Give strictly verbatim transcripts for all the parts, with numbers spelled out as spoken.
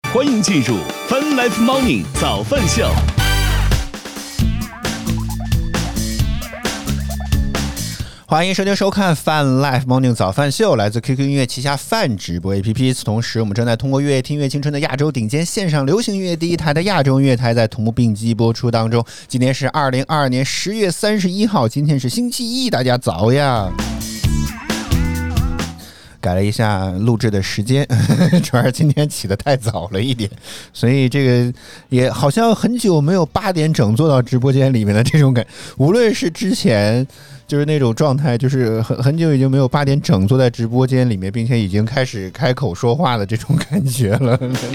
欢迎进入 Fun Life Morning 早饭秀。 欢迎收听收看 Fun Life Morning 早饭秀，来自 Q Q 音乐旗下泛直播 A P P。同时，我们正在通过乐听乐青春的亚洲顶尖线上流行音乐第一台的亚洲音乐台，在同步并机播出当中。今天是二零二二年十月三十一号，今天是星期一，大家早呀！改了一下录制的时间，主要是今天起得太早了一点，所以这个也好像很久没有八点整坐到直播间里面的这种感，无论是之前就是那种状态，就是很很久已经没有八点整坐在直播间里面，并且已经开始开口说话的这种感觉了，真的。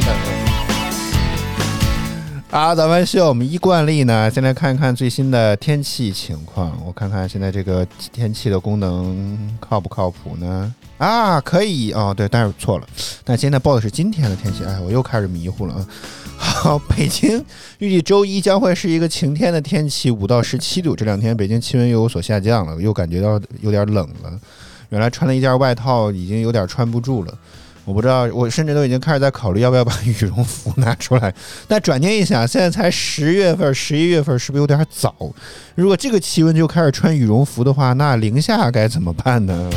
啊，早饭秀，我们依惯例呢，先来看一看最新的天气情况。我看看现在这个天气的功能靠不靠谱呢？啊，可以哦，对，但是错了。但现在报的是今天的天气，哎，我又开始迷糊了啊。好，北京预计周一将会是一个晴天的天气，五到十七度。这两天北京气温又有所下降了，又感觉到有点冷了。原来穿了一件外套，已经有点穿不住了。我不知道，我甚至都已经开始在考虑要不要把羽绒服拿出来。但转念一想，现在才十月份、十一月份，是不是有点早？如果这个气温就开始穿羽绒服的话，那零下该怎么办呢？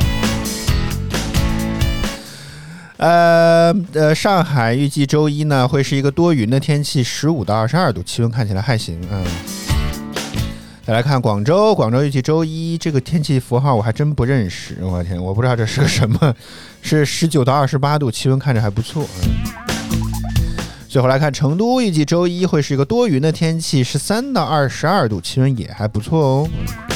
呃呃，上海预计周一呢会是一个多云的天气，十五到二十二度，气温看起来还行。嗯。再来看广州，广州预计周一这个天气符号我还真不认识，我天，我不知道这是个什么，是十九到二十八度，气温看着还不错。嗯、最后来看成都，预计周一会是一个多云的天气，十三到二十二度，气温也还不错哦。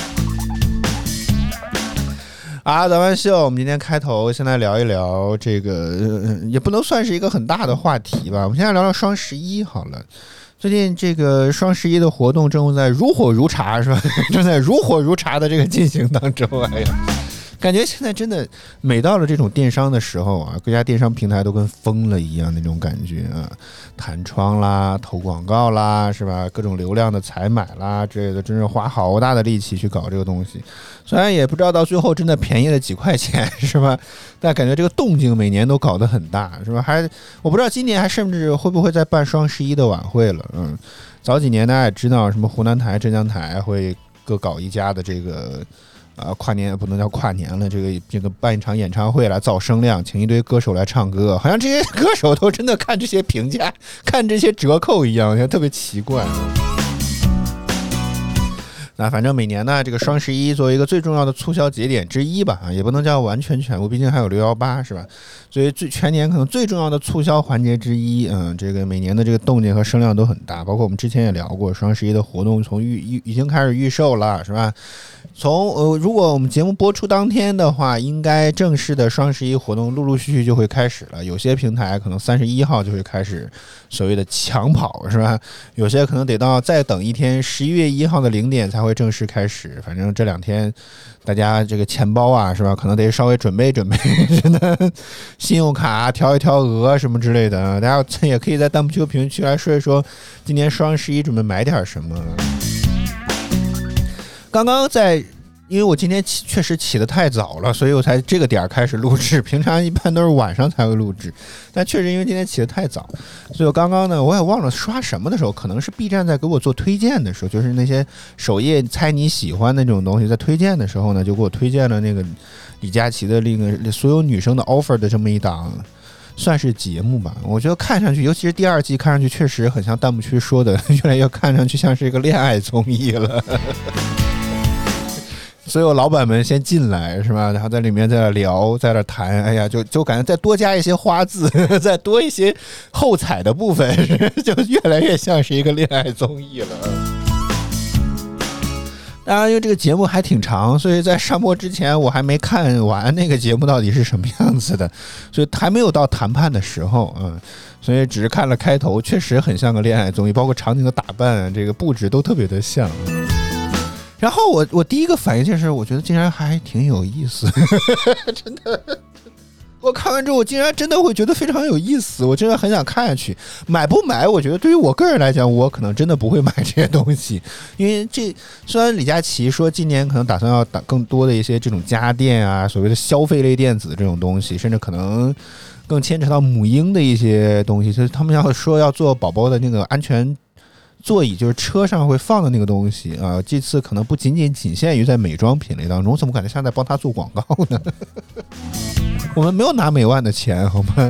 啊，早饭秀，我们今天开头先来聊一聊这个、呃，也不能算是一个很大的话题吧。我们现在聊聊双十一好了。最近这个双十一的活动正在如火如茶，是吧？正在如火如茶的这个进行当中。哎呀，感觉现在真的每到了这种电商的时候啊，各家电商平台都跟疯了一样那种感觉啊，弹窗啦、投广告啦，是吧？各种流量的采买啦之类的，真是花好大的力气去搞这个东西。虽然也不知道到最后真的便宜了几块钱，是吧？但感觉这个动静每年都搞得很大，是吧？还我不知道今年还甚至会不会再办双十一的晚会了。嗯，早几年大家也知道，什么湖南台、浙江台会各搞一家的这个呃跨年，不能叫跨年了，这个这个办一场演唱会来造声量，请一堆歌手来唱歌，好像这些歌手都真的看这些评价、看这些折扣一样，我觉得特别奇怪。那反正每年呢，这个双十一作为一个最重要的促销节点之一吧，啊，也不能叫完全全部，毕竟还有六一八，是吧？所以最全年可能最重要的促销环节之一，嗯，这个每年的这个动静和声量都很大，包括我们之前也聊过，双十一的活动从预预已经开始预售了，是吧？从呃，如果我们节目播出当天的话，应该正式的双十一活动陆陆续续就会开始了。有些平台可能三十一号就会开始所谓的抢跑，是吧？有些可能得到再等一天，十一月一号的零点才会正式开始。反正这两天大家这个钱包啊，是吧？可能得稍微准备准备，真的，信用卡调一调额什么之类的。大家也可以在弹幕区评论区来说一说，今年双十一准备买点什么。刚刚在，因为我今天确实起得太早了，所以我才这个点开始录制。平常一般都是晚上才会录制，但确实因为今天起得太早，所以我刚刚呢，我也忘了刷什么的时候，可能是 B 站在给我做推荐的时候，就是那些首页猜你喜欢的那种东西，在推荐的时候呢，就给我推荐了那个李佳琦的那个所有女生的 offer 的这么一档。算是节目吧，我觉得看上去，尤其是第二季，看上去确实很像弹幕区说的，越来越看上去像是一个恋爱综艺了。所有老板们先进来，是吧？然后在里面在那聊，在那谈，哎呀，就就感觉再多加一些花字，再多一些后采的部分，就越来越像是一个恋爱综艺了。当然，因为这个节目还挺长，所以在上播之前我还没看完那个节目到底是什么样子的，所以还没有到谈判的时候，嗯，所以只是看了开头，确实很像个恋爱综艺，包括场景的打扮、这个布置都特别的像。然后我我第一个反应就是，我觉得竟然还挺有意思，真的。我看完之后，我竟然真的会觉得非常有意思，我真的很想看下去。买不买？我觉得对于我个人来讲，我可能真的不会买这些东西，因为这虽然李佳琦说今年可能打算要打更多的一些这种家电啊，所谓的消费类电子这种东西，甚至可能更牵扯到母婴的一些东西，就是他们要说要做宝宝的那个安全座椅，就是车上会放的那个东西啊。这次可能不仅仅仅限于在美妆品类当中，我怎么感觉像在帮他做广告呢？我们没有拿美万的钱，好吗？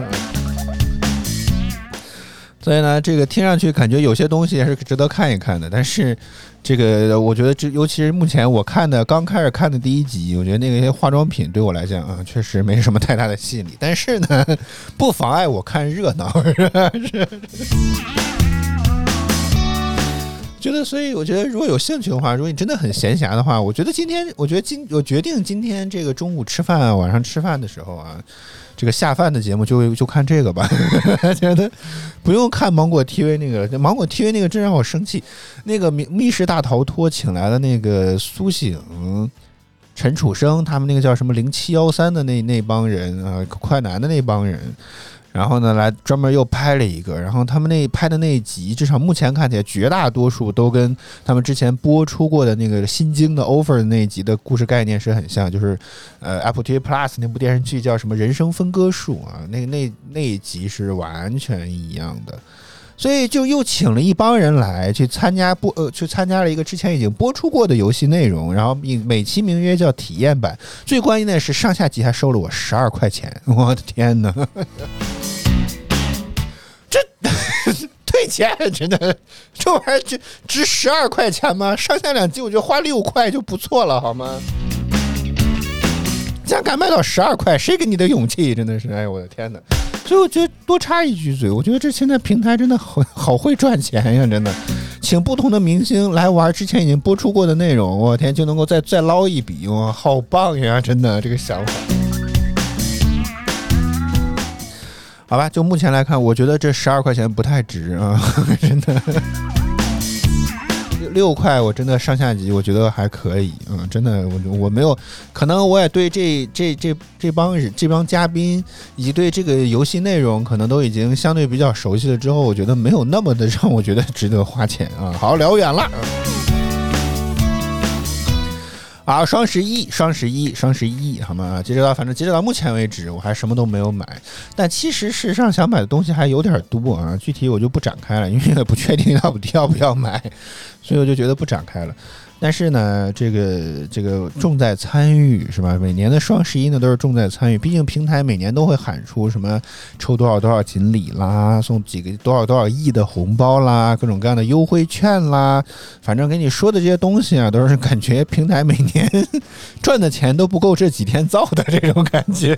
所以呢，这个听上去感觉有些东西还是值得看一看的，但是这个我觉得这尤其是目前我看的刚开始看的第一集，我觉得那个些化妆品对我来讲啊，确实没什么太大的吸引力，但是呢，不妨碍我看热闹，是吧？是。觉得，所以我觉得，如果有兴趣的话，如果你真的很闲暇的话，我觉得今天，我觉得今我决定今天这个中午吃饭、晚上吃饭的时候啊，这个下饭的节目就就看这个吧。觉得不用看芒果 T V 那个，芒果 T V 那个真让我生气。那个密室大逃脱请来了那个苏醒、陈楚生他们那个叫什么零七幺三的那那帮人啊，快男的那帮人。然后呢，来专门又拍了一个，然后他们那拍的那一集，至少目前看起来绝大多数都跟他们之前播出过的那个新京的 offer 的那一集的故事概念是很像，就是呃 Apple T V Plus 那部电视剧叫什么人生分割术啊，那那那一集是完全一样的。所以就又请了一帮人来去参加播呃去参加了一个之前已经播出过的游戏内容，然后美其名曰叫体验版。最关键的是上下集还收了我十二块钱，我的天哪！这退钱真的，这玩意儿就值十二块钱吗？上下两集我觉得花六块就不错了，好吗？竟然敢卖到十二块，谁给你的勇气？真的是，哎，我的天哪！所以我觉得多插一句嘴，我觉得这现在平台真的好好会赚钱呀，真的，请不同的明星来玩之前已经播出过的内容，我天就能够再再捞一笔，哇，好棒呀！真的这个想法。好吧，就目前来看，我觉得这十二块钱不太值啊，真的。六块我真的上下集我觉得还可以，嗯，真的我我没有，可能我也对这这这这帮这帮嘉宾以及对这个游戏内容可能都已经相对比较熟悉了，之后我觉得没有那么的让我觉得值得花钱啊。好，聊远了。啊，双十一，双十一，双十一，好吗？截止到，反正截止到目前为止，我还什么都没有买。但其实事实上想买的东西还有点多啊，具体我就不展开了，因为也不确定到底要不要买，所以我就觉得不展开了。但是呢，这个这个重在参与，是吧？每年的双十一呢都是重在参与，毕竟平台每年都会喊出什么抽多少多少锦鲤啦，送几个多少多少亿的红包啦，各种各样的优惠券啦，反正给你说的这些东西啊，都是感觉平台每年赚的钱都不够这几天造的这种感觉。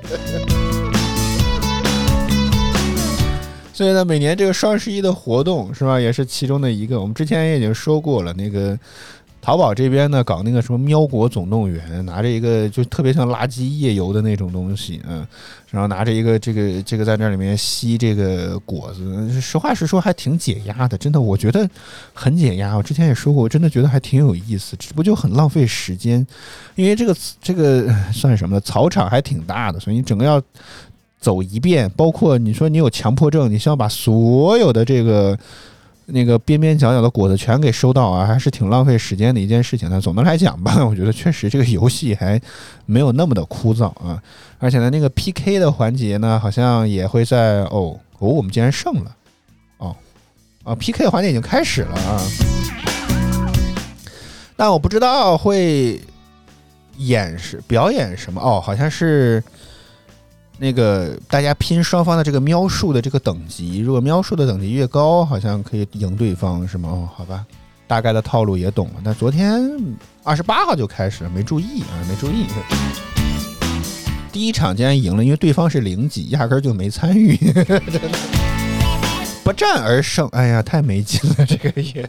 所以呢，每年这个双十一的活动是吧，也是其中的一个。我们之前也已经说过了，那个淘宝这边呢搞那个什么喵国总动员，拿着一个就特别像垃圾夜游的那种东西，嗯，然后拿着一个这个这个在这里面吸这个果子，实话实说还挺解压的，真的，我觉得很解压。我之前也说过，我真的觉得还挺有意思，只不过就很浪费时间，因为这个这个算什么呢？草场还挺大的，所以你整个要走一遍，包括你说你有强迫症，你需要把所有的这个那个边边角角的果子全给收到啊，还是挺浪费时间的一件事情。但总的来讲吧，我觉得确实这个游戏还没有那么的枯燥啊。而且呢，那个 P K 的环节呢，好像也会在哦哦，我们竟然胜了哦啊 ！P K 的环节已经开始了啊，但我不知道会演示表演什么哦，好像是。那个大家拼双方的这个喵数的这个等级，如果喵数的等级越高，好像可以赢对方，是吗？哦，好吧，大概的套路也懂了。但昨天二十八号就开始了，没注意啊，没注意。第一场竟然赢了，因为对方是零级，压根就没参与，不战而胜，哎呀，太没劲了，这个也。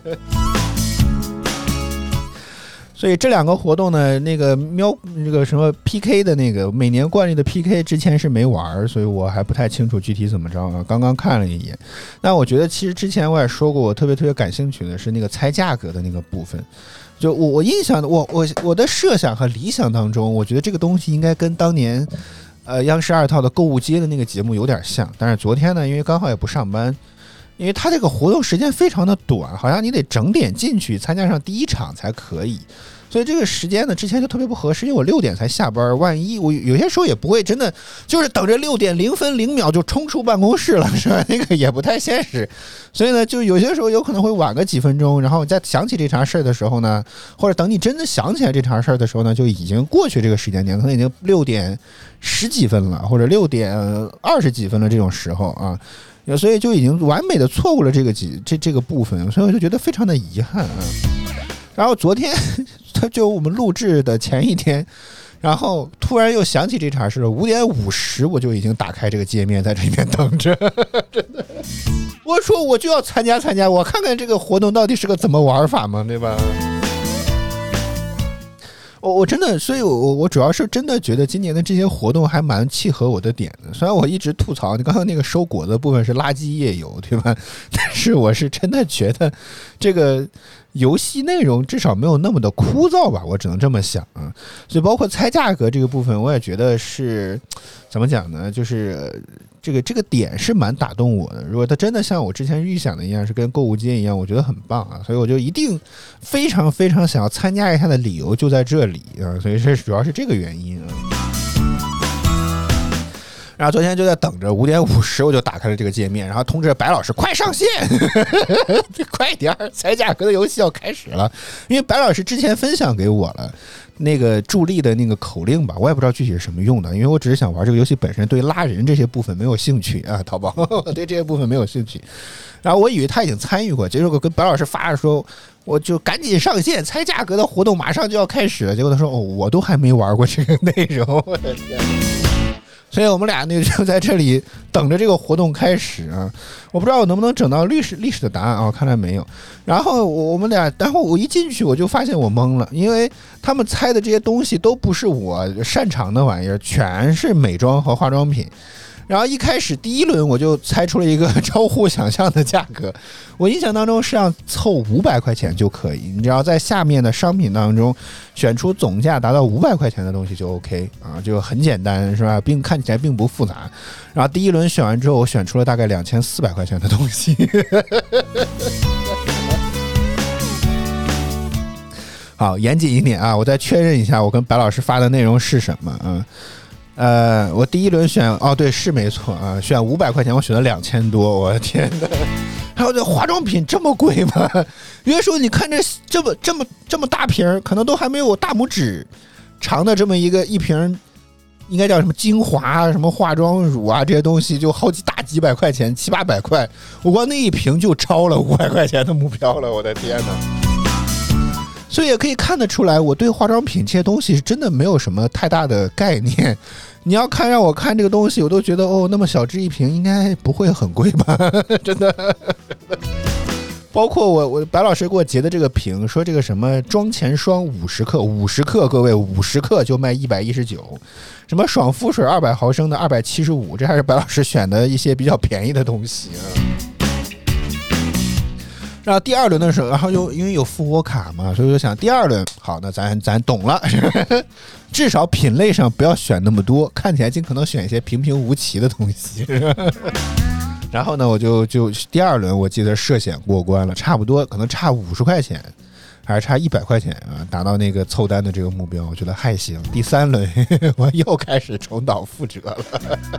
所以这两个活动呢，那个喵那个什么 P K 的那个每年惯例的 P K 之前是没玩，所以我还不太清楚具体怎么着啊。刚刚看了一眼，那我觉得其实之前我也说过，我特别特别感兴趣的是那个猜价格的那个部分。就我我印象的我我我的设想和理想当中，我觉得这个东西应该跟当年呃央视二套的购物街的那个节目有点像。但是昨天呢，因为刚好也不上班。因为他这个活动时间非常的短，好像你得整点进去参加上第一场才可以， 所以这个时间呢，之前就特别不合适，因为我六点才下班，万一我有些时候也不会真的就是等着六点零分零秒就冲出办公室了，是吧？那个也不太现实，所以呢，就有些时候有可能会晚个几分钟，然后再想起这茬事儿的时候呢，或者等你真的想起来这茬事儿的时候呢，就已经过去这个时间点，可能已经六点十几分了，或者六点二十几分了这种时候啊。所以就已经完美的错过了这个几这这个部分，所以我就觉得非常的遗憾啊。然后昨天他就我们录制的前一天，然后突然又想起这茬事了，五点五十我就已经打开这个界面在这边等着，真的。我说我就要参加参加，我看看这个活动到底是个怎么玩法嘛，对吧？我我真的，所以我我主要是真的觉得今年的这些活动还蛮契合我的点的。虽然我一直吐槽你刚刚那个收果子的部分是垃圾页游，对吧？但是我是真的觉得这个游戏内容至少没有那么的枯燥吧，我只能这么想啊。所以包括猜价格这个部分，我也觉得是怎么讲呢？就是这个这个点是蛮打动我的。如果它真的像我之前预想的一样，是跟购物街一样，我觉得很棒啊。所以我就一定非常非常想要参加一下的理由就在这里啊。所以这主要是这个原因啊。然后昨天就在等着五点五十，我就打开了这个界面，然后通知白老师快上线，快点，猜价格的游戏要开始了。因为白老师之前分享给我了那个助力的那个口令吧，我也不知道具体是什么用的，因为我只是想玩这个游戏本身，对拉人这些部分没有兴趣啊。淘宝我对这些部分没有兴趣，然后我以为他已经参与过，结果我跟白老师发的时候，我就赶紧上线，猜价格的活动马上就要开始了。结果他说：“哦，我都还没玩过这个内容。”我的天！所以我们俩呢就在这里等着这个活动开始啊！我不知道我能不能整到历史历史的答案啊，看来没有。然后我们俩，然后我一进去我就发现我懵了，因为他们猜的这些东西都不是我擅长的玩意儿，全是美妆和化妆品。然后一开始第一轮我就猜出了一个超乎想象的价格，我印象当中是让凑五百块钱就可以，你只要在下面的商品当中选出总价达到五百块钱的东西就 OK 啊，就很简单是吧？并看起来并不复杂。然后第一轮选完之后，我选出了大概两千四百块钱的东西。好，严谨一点啊，我再确认一下我跟白老师发的内容是什么啊？呃，我第一轮选哦，对，是没错啊，选五百块钱，我选了两千多，我的天哪！还有这化妆品这么贵吗？有些时候你看这这么这么这么大瓶，可能都还没有我大拇指长的这么一个一瓶，应该叫什么精华、什么化妆乳啊这些东西，就好几大几百块钱，七八百块，我光那一瓶就超了五百块钱的目标了，我的天哪！所以也可以看得出来，我对化妆品这些东西是真的没有什么太大的概念。你要看让我看这个东西，我都觉得哦，那么小只一瓶应该不会很贵吧？真的。包括我我白老师给我截的这个瓶，说这个什么妆前霜五十克，五十克各位五十克就卖一百一十九，什么爽肤水二百毫升的二百七十五，这还是白老师选的一些比较便宜的东西啊。然后第二轮的时候，然后又因为有复活卡嘛，所以就想第二轮好，那咱咱懂了，至少品类上不要选那么多，看起来尽可能选一些平平无奇的东西。然后呢，我就就第二轮我记得涉险过关了，差不多可能差五十块钱，还是差一百块钱啊，达到那个凑单的这个目标，我觉得还行。第三轮我又开始重蹈覆辙了。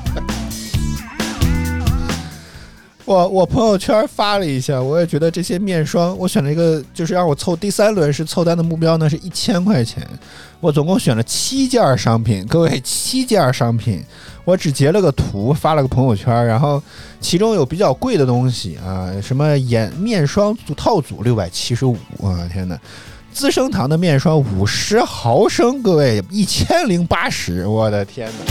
我我朋友圈发了一下，我也觉得这些面霜，我选了一个，就是让我凑第三轮是凑单的目标呢，是一千块钱。我总共选了七件商品，各位七件商品，我只截了个图发了个朋友圈，然后其中有比较贵的东西啊，什么眼面霜组套组六百七十五啊，天哪！资生堂的面霜五十毫升，各位一千零八十，我的天哪！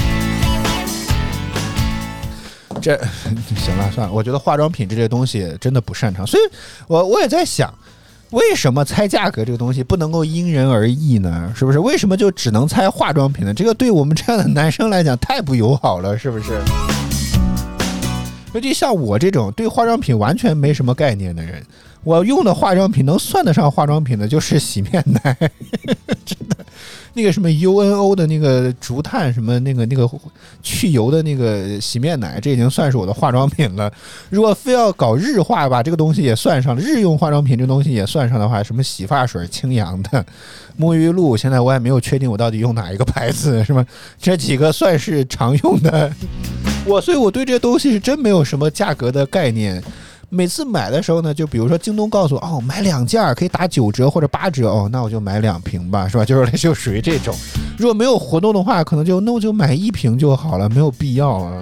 这行了，算了。我觉得化妆品这些东西真的不擅长，所以我我也在想，为什么猜价格这个东西不能够因人而异呢？是不是？为什么就只能猜化妆品呢？这个对我们这样的男生来讲太不友好了，是不是？ 尤其像我这种对化妆品完全没什么概念的人，我用的化妆品能算得上化妆品的就是洗面奶真的，那个什么 U N O 的那个竹炭什么那个那个去油的那个洗面奶，这已经算是我的化妆品了。如果非要搞日化吧，这个东西也算上了，日用化妆品这个东西也算上的话，什么洗发水、清扬的、沐浴露，现在我也没有确定我到底用哪一个牌子，是吧？这几个算是常用的。我所以我对这些东西是真没有什么价格的概念。每次买的时候呢，就比如说京东告诉我哦，买两件可以打九折或者八折，哦，那我就买两瓶吧，是吧？就是就属于这种。如果没有活动的话，可能就那我就买一瓶就好了，没有必要啊。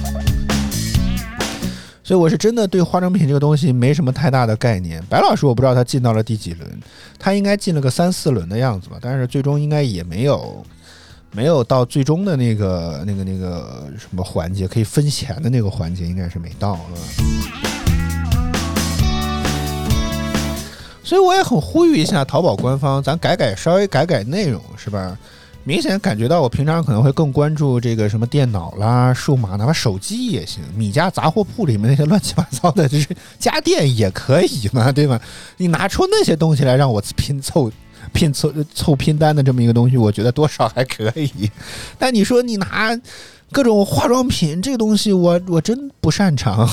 所以我是真的对化妆品这个东西没什么太大的概念。白老师我不知道他进到了第几轮，他应该进了个三四轮的样子吧，但是最终应该也没有。没有到最终的那个那个那个什么环节，可以分钱的那个环节，应该是没到了。所以我也很呼吁一下淘宝官方，咱改改，稍微改改内容，是吧？明显感觉到我平常可能会更关注这个什么电脑啦、数码，哪怕手机也行。米家杂货铺里面那些乱七八糟的，就是家电也可以嘛，对吧？你拿出那些东西来让我拼凑。拼凑凑拼单的这么一个东西，我觉得多少还可以。但你说你拿各种化妆品这个东西，我我真不擅长。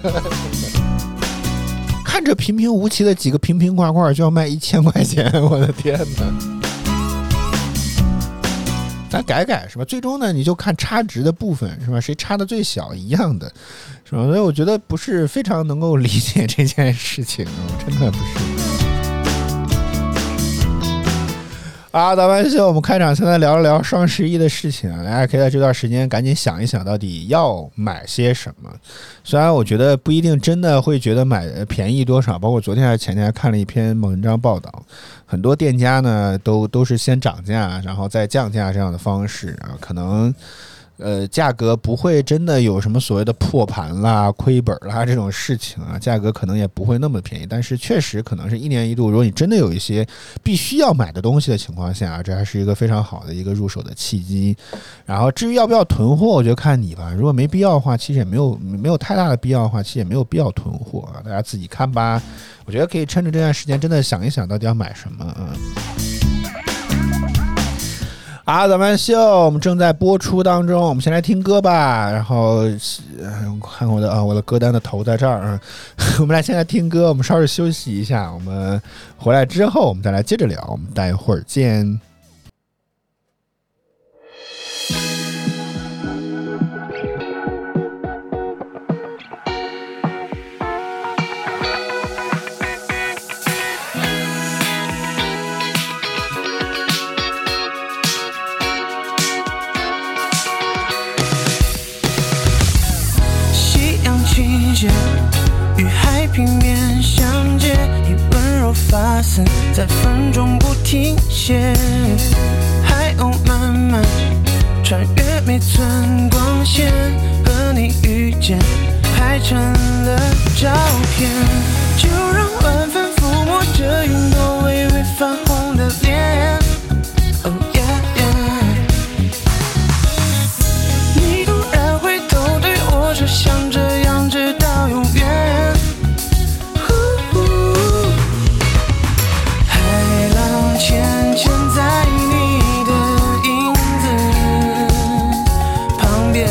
看着平平无奇的几个瓶瓶罐罐就要卖一千块钱，我的天哪！咱改改是吧？最终呢，你就看差值的部分是吧？谁差的最小一样的，是吧？所以我觉得不是非常能够理解这件事情，我真的不是。啊，打完秀，我们开场现在聊一聊双十一的事情啊，大家可以在这段时间赶紧想一想，到底要买些什么。虽然我觉得不一定真的会觉得买便宜多少，包括昨天还是前天还看了一篇文章报道，很多店家呢都都是先涨价，然后再降价这样的方式啊，可能。呃，价格不会真的有什么所谓的破盘啦、亏本啦这种事情啊，价格可能也不会那么便宜，但是确实可能是一年一度，如果你真的有一些必须要买的东西的情况下，这还是一个非常好的一个入手的契机。然后至于要不要囤货，我觉得看你吧，如果没必要的话，其实也没有没有太大的必要的话，其实也没有必要囤货啊，大家自己看吧。我觉得可以趁着这段时间真的想一想到底要买什么啊。啊，咱们秀我们正在播出当中，我们先来听歌吧。然后看我的啊，我的歌单的头在这儿啊。我们来先来听歌，我们稍事休息一下。我们回来之后，我们再来接着聊。我们待会儿见。 与海平面相接，以温柔发散在风中不停歇。海鸥慢慢穿越每寸光线，和你遇见拍成了照片。就让晚风抚摸着云朵微微泛红的脸。Oh yeah yeah， 你突然回头对我说，像这样直到永远。浅浅在你的影子旁边，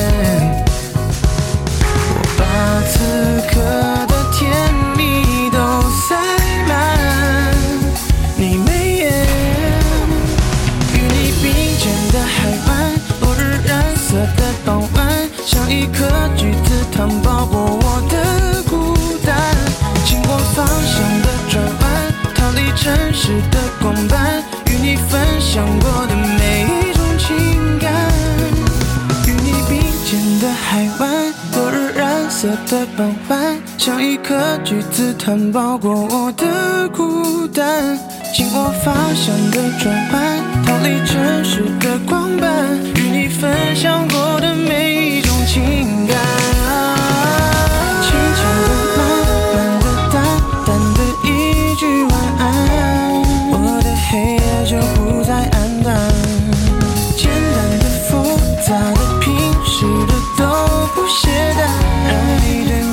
我把此刻的甜蜜都塞满你眉眼。与你并肩的海湾，落日染色的傍晚，像一颗橘子糖包裹我的孤单。经过方向的转弯，逃离城市的光斑，与你分享过的每一种情感。与你并肩的海湾，落日染色的傍晚，像一颗橘子糖包裹我的孤单。经过方向的转弯，逃离城市的光斑，与你分享过的每一种情感。轻轻的、慢慢的、淡淡的一句晚安，我的黑夜就不再黯淡。简单的、复杂的、平时的都不懈怠，让你对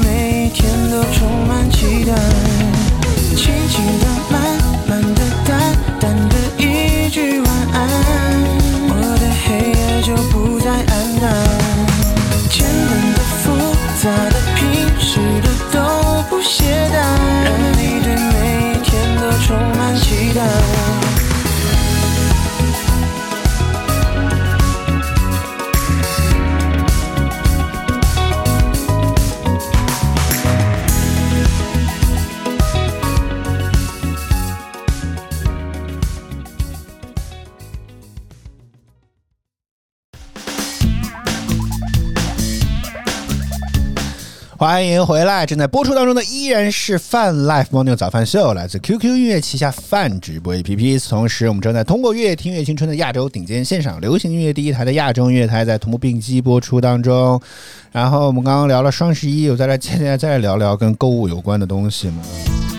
欢迎回来，正在播出当中的依然是泛 Life Morning 早饭秀，来自 Q Q 音乐旗下泛直播 A P P。同时，我们正在通过乐听乐青春的亚洲顶尖现场流行音乐第一台的亚洲音乐台，在同步并机播出当中。然后我们刚刚聊了双十一，我再来接下来再来聊聊跟购物有关的东西嘛。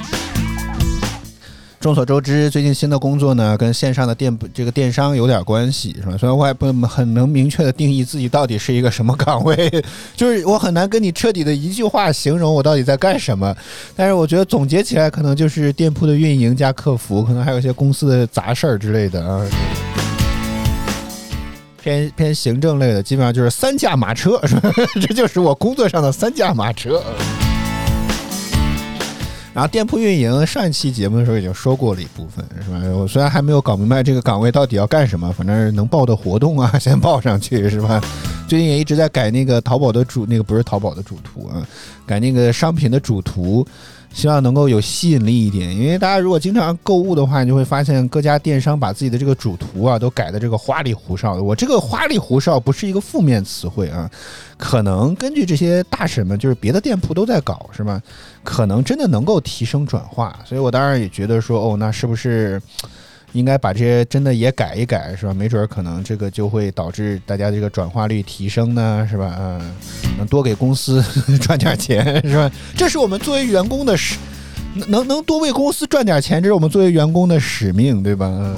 众所周知，最近新的工作呢，跟线上的店这个电商有点关系，是吧？虽然我也不很能明确的定义自己到底是一个什么岗位，就是我很难跟你彻底的一句话形容我到底在干什么。但是我觉得总结起来，可能就是店铺的运营加客服，可能还有一些公司的杂事儿之类的啊。偏偏行政类的，基本上就是三驾马车，是吧？这就是我工作上的三驾马车。然后店铺运营上一期节目的时候已经说过了一部分，是吧？我虽然还没有搞明白这个岗位到底要干什么，反正能报的活动啊先报上去，是吧？最近也一直在改那个淘宝的主那个不是淘宝的主图啊，改那个商品的主图，希望能够有吸引力一点。因为大家如果经常购物的话，你就会发现各家电商把自己的这个主图啊都改的这个花里胡哨的。我这个花里胡哨不是一个负面词汇啊，可能根据这些大神们，就是别的店铺都在搞，是吧？可能真的能够提升转化，所以我当然也觉得说，哦，那是不是应该把这些真的也改一改，是吧？没准可能这个就会导致大家这个转化率提升呢，是吧？嗯，能多给公司赚点钱，是吧？这是我们作为员工的使，能能多为公司赚点钱，这是我们作为员工的使命，对吧？嗯，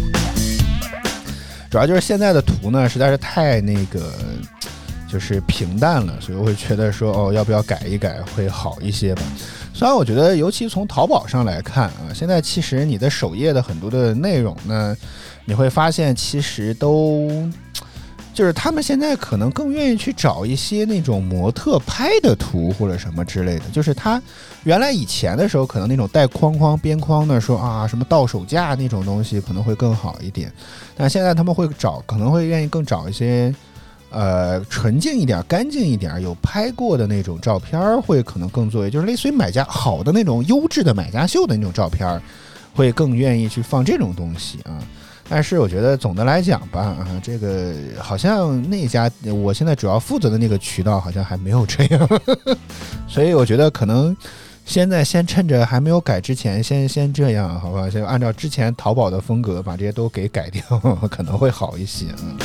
主要就是现在的图呢，实在是太那个。就是平淡了，所以我会觉得说，哦，要不要改一改会好一些吧。虽然我觉得，尤其从淘宝上来看啊，现在其实你的首页的很多的内容呢，你会发现其实都就是他们现在可能更愿意去找一些那种模特拍的图或者什么之类的。就是他原来以前的时候，可能那种带框框边框的说啊什么到手架那种东西可能会更好一点，但现在他们会找，可能会愿意更找一些。呃，纯净一点、干净一点，有拍过的那种照片会可能更作为，就是类似于买家好的那种优质的买家秀的那种照片，会更愿意去放这种东西啊。但是我觉得总的来讲吧，啊，这个好像那家我现在主要负责的那个渠道好像还没有这样，呵呵，所以我觉得可能现在先趁着还没有改之前，先先这样，好吧？先按照之前淘宝的风格把这些都给改掉，可能会好一些。嗯。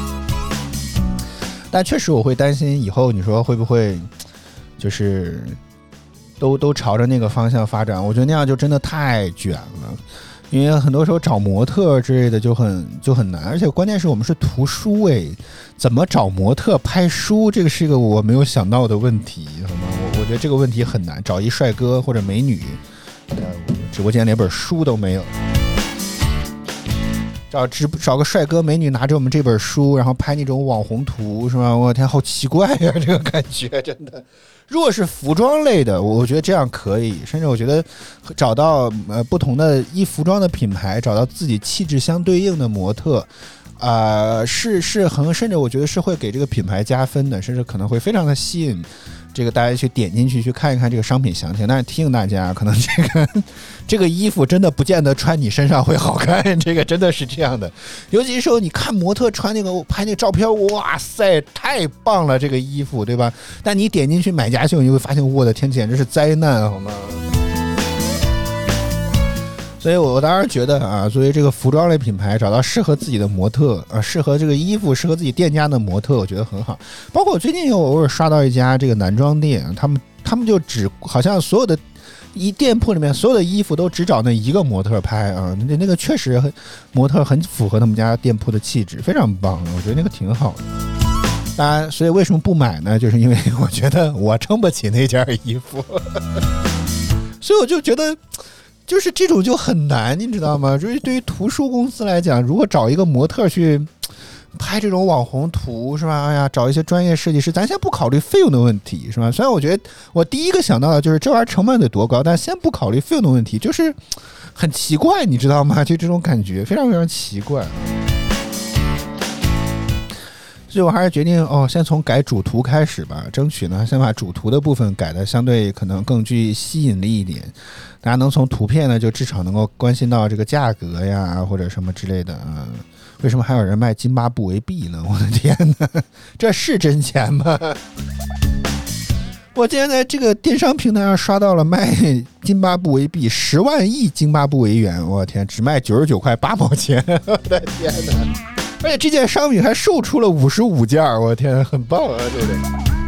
但确实我会担心以后你说会不会就是都都朝着那个方向发展，我觉得那样就真的太卷了，因为很多时候找模特之类的就很就很难，而且关键是我们是图书诶，怎么找模特拍书，这个是一个我没有想到的问题，好吗？我我觉得这个问题很难，找一帅哥或者美女，呃，直播间连本书都没有。找找个帅哥美女拿着我们这本书，然后拍那种网红图，是吧？我天，好奇怪呀，这个感觉真的。如果是服装类的，我觉得这样可以，甚至我觉得找到呃不同的衣服装的品牌，找到自己气质相对应的模特，啊、呃，是是很，甚至我觉得是会给这个品牌加分的，甚至可能会非常的吸引。这个大家去点进去去看一看这个商品详情，但是提醒大家，可能这个这个衣服真的不见得穿你身上会好看，这个真的是这样的。尤其是时候你看模特穿那个拍那个照片，哇塞，太棒了这个衣服，对吧？但你点进去买家秀，你会发现，我的天，简直是灾难，好吗？所以我当然觉得啊，作为这个服装类品牌，找到适合自己的模特啊，适合这个衣服，适合自己店家的模特，我觉得很好。包括我最近有偶尔刷到一家这个男装店，他们他们就只好像所有的一店铺里面所有的衣服都只找那一个模特拍啊，那那个确实很模特很符合他们家店铺的气质，非常棒，我觉得那个挺好的。当然，所以为什么不买呢？就是因为我觉得我撑不起那件衣服，所以我就觉得。就是这种就很难，你知道吗？就是对于图书公司来讲，如果找一个模特去拍这种网红图，是吧？哎呀，找一些专业设计师，咱先不考虑费用的问题，是吧？虽然我觉得我第一个想到的就是这玩意儿成本得多高，但先不考虑费用的问题，就是很奇怪，你知道吗？就这种感觉非常非常奇怪。所以我还是决定哦，先从改主图开始吧，争取呢先把主图的部分改的相对可能更具吸引力一点，大家能从图片呢就至少能够关心到这个价格呀或者什么之类的啊。为什么还有人卖津巴布韦币呢？我的天哪，这是真钱吗？ 我竟然在这个电商平台上刷到了卖津巴布韦币十万亿津巴布韦元，我天，只卖九十九块八毛钱，我的天哪！而且这件商品还售出了五十五件，我天，很棒啊，对不对？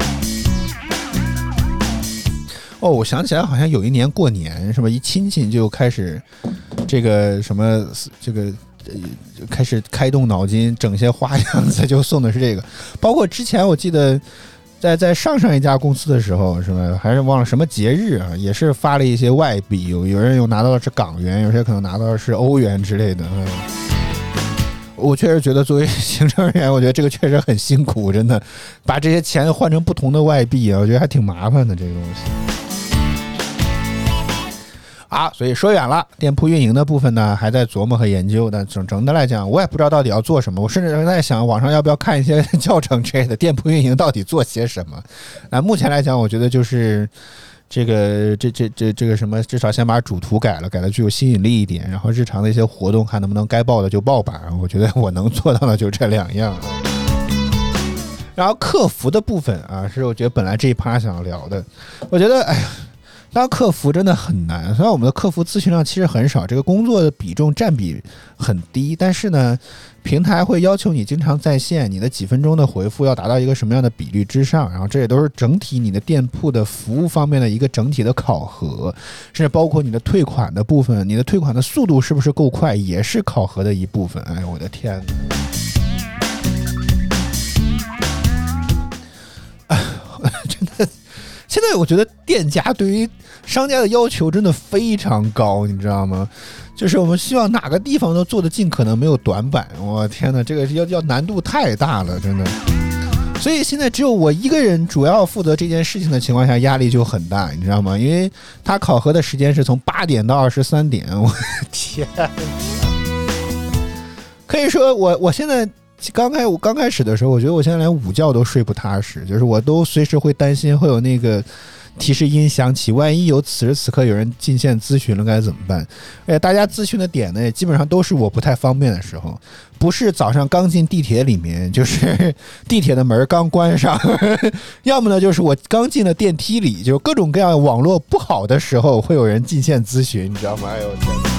哦，我想起来，好像有一年过年是吧？一亲戚就开始这个什么这个。开始开动脑筋整些花样子，就送的是这个。包括之前我记得在在上上一家公司的时候是吧，还是忘了什么节日啊，也是发了一些外币，有有人有拿到的是港元，有些可能拿到的是欧元之类的。嗯，我确实觉得作为行政人员，我觉得这个确实很辛苦，真的把这些钱换成不同的外币啊，我觉得还挺麻烦的这个东西。啊，所以说远了，店铺运营的部分呢还在琢磨和研究，但整整的来讲，我也不知道到底要做什么。我甚至在想，网上要不要看一些教程之类的，店铺运营到底做些什么？那目前来讲，我觉得就是这个这这这这个什么，至少先把主图改了，改的具有吸引力一点，然后日常的一些活动看能不能该报的就报吧。我觉得我能做到的就这两样。然后客服的部分啊，是我觉得本来这一趴想要聊的，我觉得哎呀。当客服真的很难，虽然我们的客服咨询量其实很少，这个工作的比重占比很低，但是呢，平台会要求你经常在线，你的几分钟的回复要达到一个什么样的比率之上，然后这也都是整体你的店铺的服务方面的一个整体的考核，甚至包括你的退款的部分，你的退款的速度是不是够快，也是考核的一部分。哎，我的天哪！真的。现在我觉得店家对于商家的要求真的非常高，你知道吗？就是我们希望哪个地方都做的尽可能没有短板。我天哪，这个要要难度太大了，真的。所以现在只有我一个人主要负责这件事情的情况下，压力就很大，你知道吗？因为他考核的时间是从八点到二十三点，我的天，可以说我我现在。刚开我刚开始的时候，我觉得我现在连午觉都睡不踏实，就是我都随时会担心会有那个提示音响起，万一有此时此刻有人进线咨询了该怎么办？而且大家咨询的点呢，基本上都是我不太方便的时候，不是早上刚进地铁里面，就是地铁的门刚关上，要么呢就是我刚进了电梯里，就是各种各样网络不好的时候会有人进线咨询，你知道吗？哎呦天哪！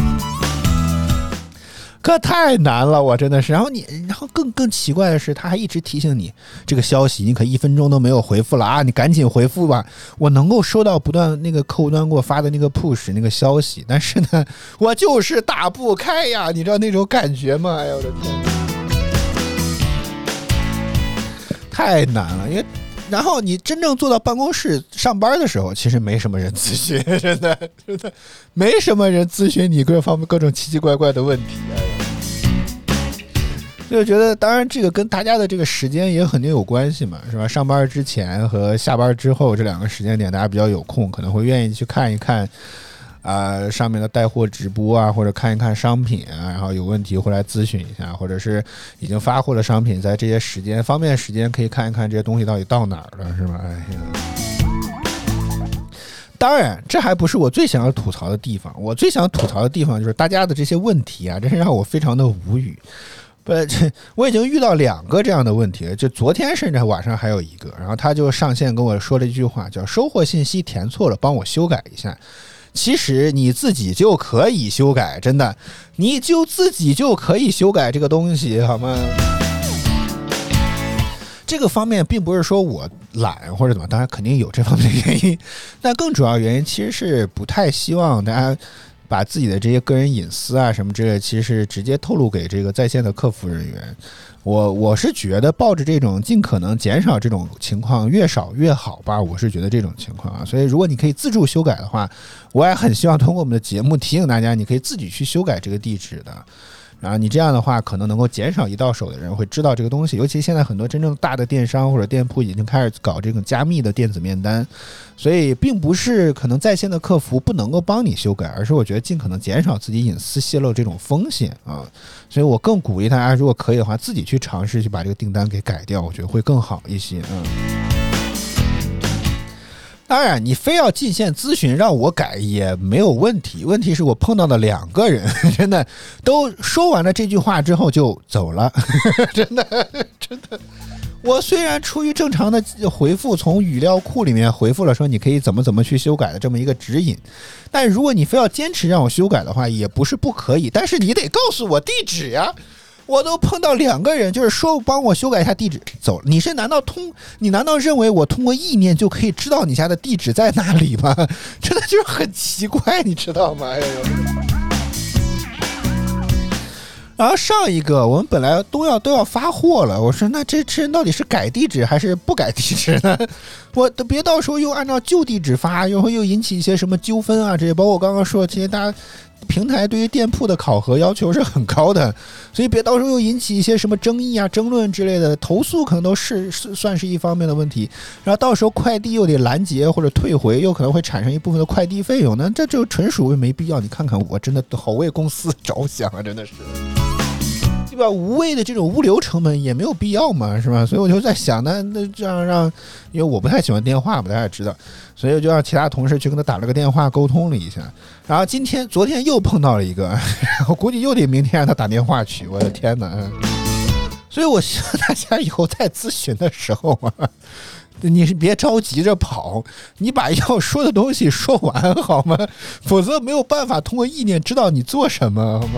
可太难了，我真的是。然后你，然后更更奇怪的是，他还一直提醒你这个消息，你可一分钟都没有回复了啊！你赶紧回复吧。我能够收到不断那个客户端给我发的那个 push 那个消息，但是呢，我就是打不开呀，你知道那种感觉吗？哎呦我的天，太难了，因为。然后你真正坐到办公室上班的时候，其实没什么人咨询，真的真的没什么人咨询你各方面各种奇奇怪怪的问题。所以我觉得，当然这个跟大家的这个时间也肯定有关系嘛，是吧？上班之前和下班之后这两个时间点，大家比较有空，可能会愿意去看一看。啊、呃，上面的带货直播啊，或者看一看商品啊，然后有问题会来咨询一下，或者是已经发货的商品，在这些时间方便时间可以看一看这些东西到底到哪儿了，是吧？哎呀，当然这还不是我最想要吐槽的地方，我最想吐槽的地方就是大家的这些问题啊，真是让我非常的无语。不，我已经遇到两个这样的问题了，就昨天甚至晚上还有一个，然后他就上线跟我说了一句话，叫收货信息填错了，帮我修改一下。其实你自己就可以修改，真的，你就自己就可以修改这个东西，好吗？这个方面并不是说我懒或者怎么，当然肯定有这方面的原因，但更主要原因其实是不太希望大家把自己的这些个人隐私啊什么之类的，其实是直接透露给这个在线的客服人员。我我是觉得抱着这种尽可能减少这种情况越少越好吧，我是觉得这种情况啊，所以如果你可以自助修改的话，我也很希望通过我们的节目提醒大家，你可以自己去修改这个地址的。然后你这样的话，可能能够减少一到手的人会知道这个东西。尤其现在很多真正大的电商或者店铺已经开始搞这种加密的电子面单，所以并不是可能在线的客服不能够帮你修改，而是我觉得尽可能减少自己隐私泄露这种风险啊。所以我更鼓励大家，如果可以的话，自己去尝试去把这个订单给改掉，我觉得会更好一些。嗯。当然，你非要进线咨询让我改也没有问题。问题是我碰到的两个人，真的都说完了这句话之后就走了，真的真的。 我虽然出于正常的回复，从语料库里面回复了说你可以怎么怎么去修改的这么一个指引，但如果你非要坚持让我修改的话，也不是不可以，但是你得告诉我地址呀。我都碰到两个人，就是说帮我修改一下地址走了。你是难道通？你难道认为我通过意念就可以知道你家的地址在哪里吗？真的就是很奇怪，你知道吗？哎呦！然后上一个我们本来都要都要发货了，我说那这这人到底是改地址还是不改地址呢？我别到时候又按照旧地址发，又会又引起一些什么纠纷啊这些，包括我刚刚说，其实大家平台对于店铺的考核要求是很高的，所以别到时候又引起一些什么争议啊、争论之类的，投诉可能都是是算是一方面的问题，然后到时候快递又得拦截或者退回，又可能会产生一部分的快递费用，那这就纯属没必要。你看看我真的好为公司着想啊，真的是。对吧？无谓的这种物流成本也没有必要嘛，是吧？所以我就在想，那那这样让，因为我不太喜欢电话嘛，大家也知道，所以我就让其他同事去跟他打了个电话沟通了一下。然后今天、昨天又碰到了一个，我估计又得明天让他打电话去。我的天哪！所以我希望大家以后在咨询的时候啊，你是别着急着跑，你把要说的东西说完好吗？否则没有办法通过意念知道你做什么，好吗？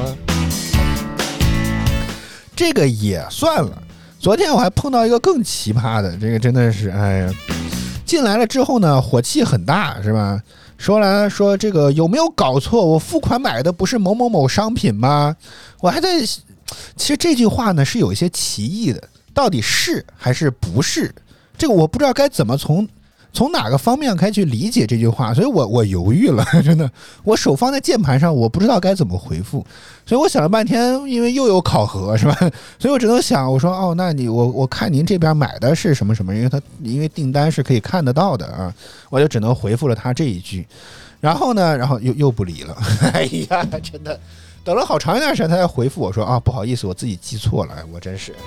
这个也算了。昨天我还碰到一个更奇葩的，这个真的是，哎呀，进来了之后呢，火气很大，是吧？说来说这个有没有搞错？我付款买的不是某某某商品吗？我还在，其实这句话呢是有一些歧义的，到底是还是不是？这个我不知道该怎么从。从哪个方面开始去理解这句话，所以我我犹豫了，真的，我手放在键盘上，我不知道该怎么回复，所以我想了半天，因为又有考核是吧？所以我只能想，我说哦，那你我我看您这边买的是什么什么，因为他因为订单是可以看得到的啊，我就只能回复了他这一句，然后呢，然后又又不理了，哎呀，真的，等了好长一段时间，他才回复我说啊，不好意思，我自己记错了，我真是。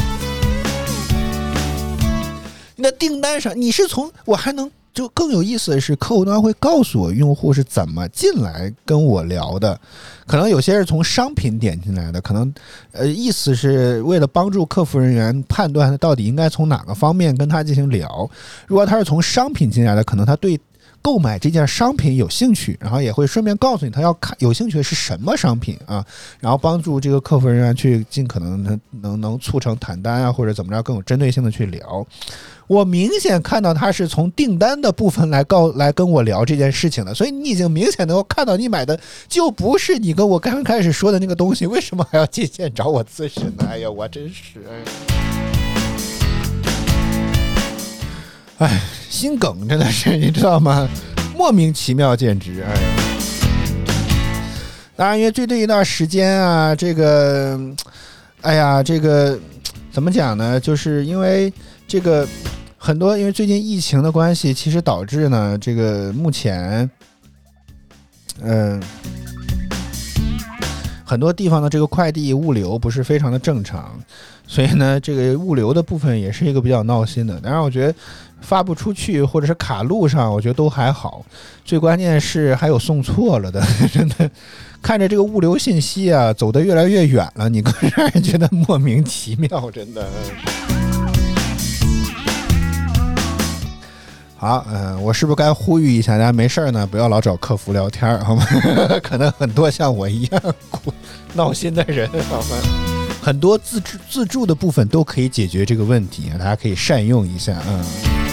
那订单上你是从我还能就更有意思的是，客户端会告诉我用户是怎么进来跟我聊的，可能有些是从商品点进来的，可能呃意思是为了帮助客服人员判断到底应该从哪个方面跟他进行聊。如果他是从商品进来的，可能他对购买这件商品有兴趣，然后也会顺便告诉你他要看有兴趣的是什么商品啊，然后帮助这个客服人员去尽可能能能能促成谈单啊，或者怎么着更有针对性的去聊。我明显看到他是从订单的部分来告来跟我聊这件事情的，所以你已经明显能够看到你买的就不是你跟我刚开始说的那个东西，为什么还要进线找我咨询呢？哎呀，我真是，哎，心梗真的是你知道吗？莫名其妙，简直哎呀！当然，因为最近一段时间啊，这个，哎呀，这个怎么讲呢？就是因为这个。很多因为最近疫情的关系，其实导致呢，这个目前，嗯、呃，很多地方的这个快递物流不是非常的正常，所以呢，这个物流的部分也是一个比较闹心的。当然，我觉得发不出去或者是卡路上，我觉得都还好。最关键是还有送错了的，真的看着这个物流信息啊走得越来越远了，你更让人觉得莫名其妙，真的。好，嗯、呃，我是不是该呼吁一下大家，没事呢，不要老找客服聊天，好吗？可能很多像我一样闹心的人，好吗？很多自助自助的部分都可以解决这个问题，大家可以善用一下，嗯。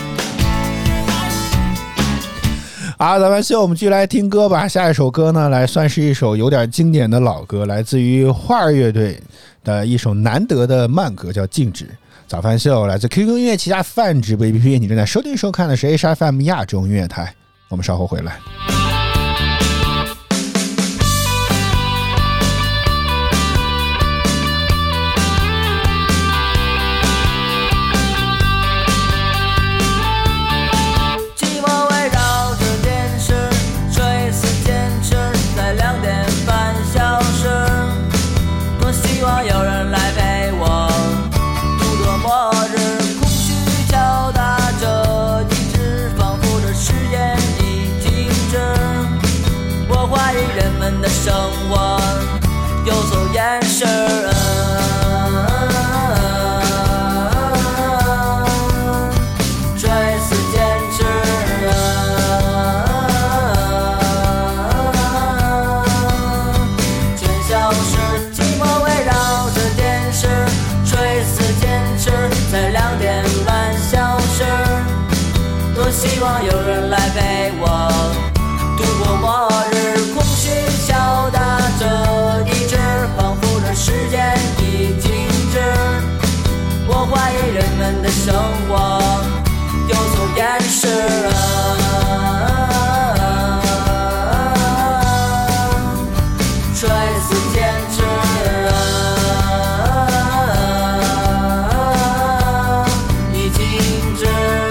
好，咱们现在我们继续来听歌吧。下一首歌呢，来算是一首有点经典的老歌，来自于花儿乐队的一首难得的慢歌，叫《静止》。早饭秀来自 Q Q 音乐旗下泛直播 A P P， 你正在收听收看的是 H F M 亚洲音乐台，我们稍后回来。 的生活有所掩饰， 希望有人来陪我度过末日，空虚敲打着意志，仿佛这时间已静止。我怀疑人们的生活有所掩饰垂死坚持已静止。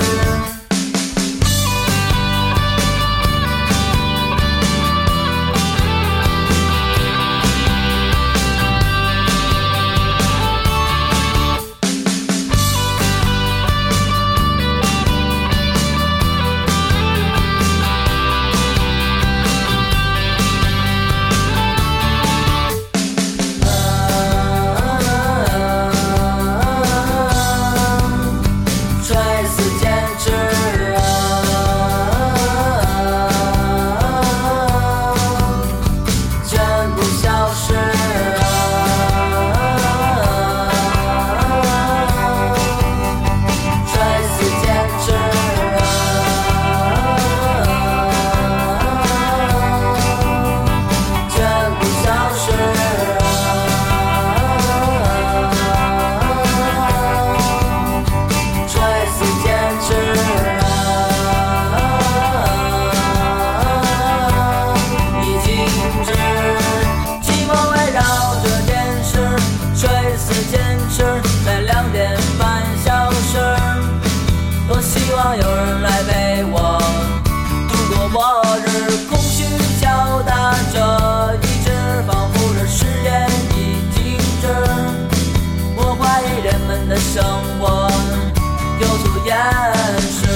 生活有所掩饰。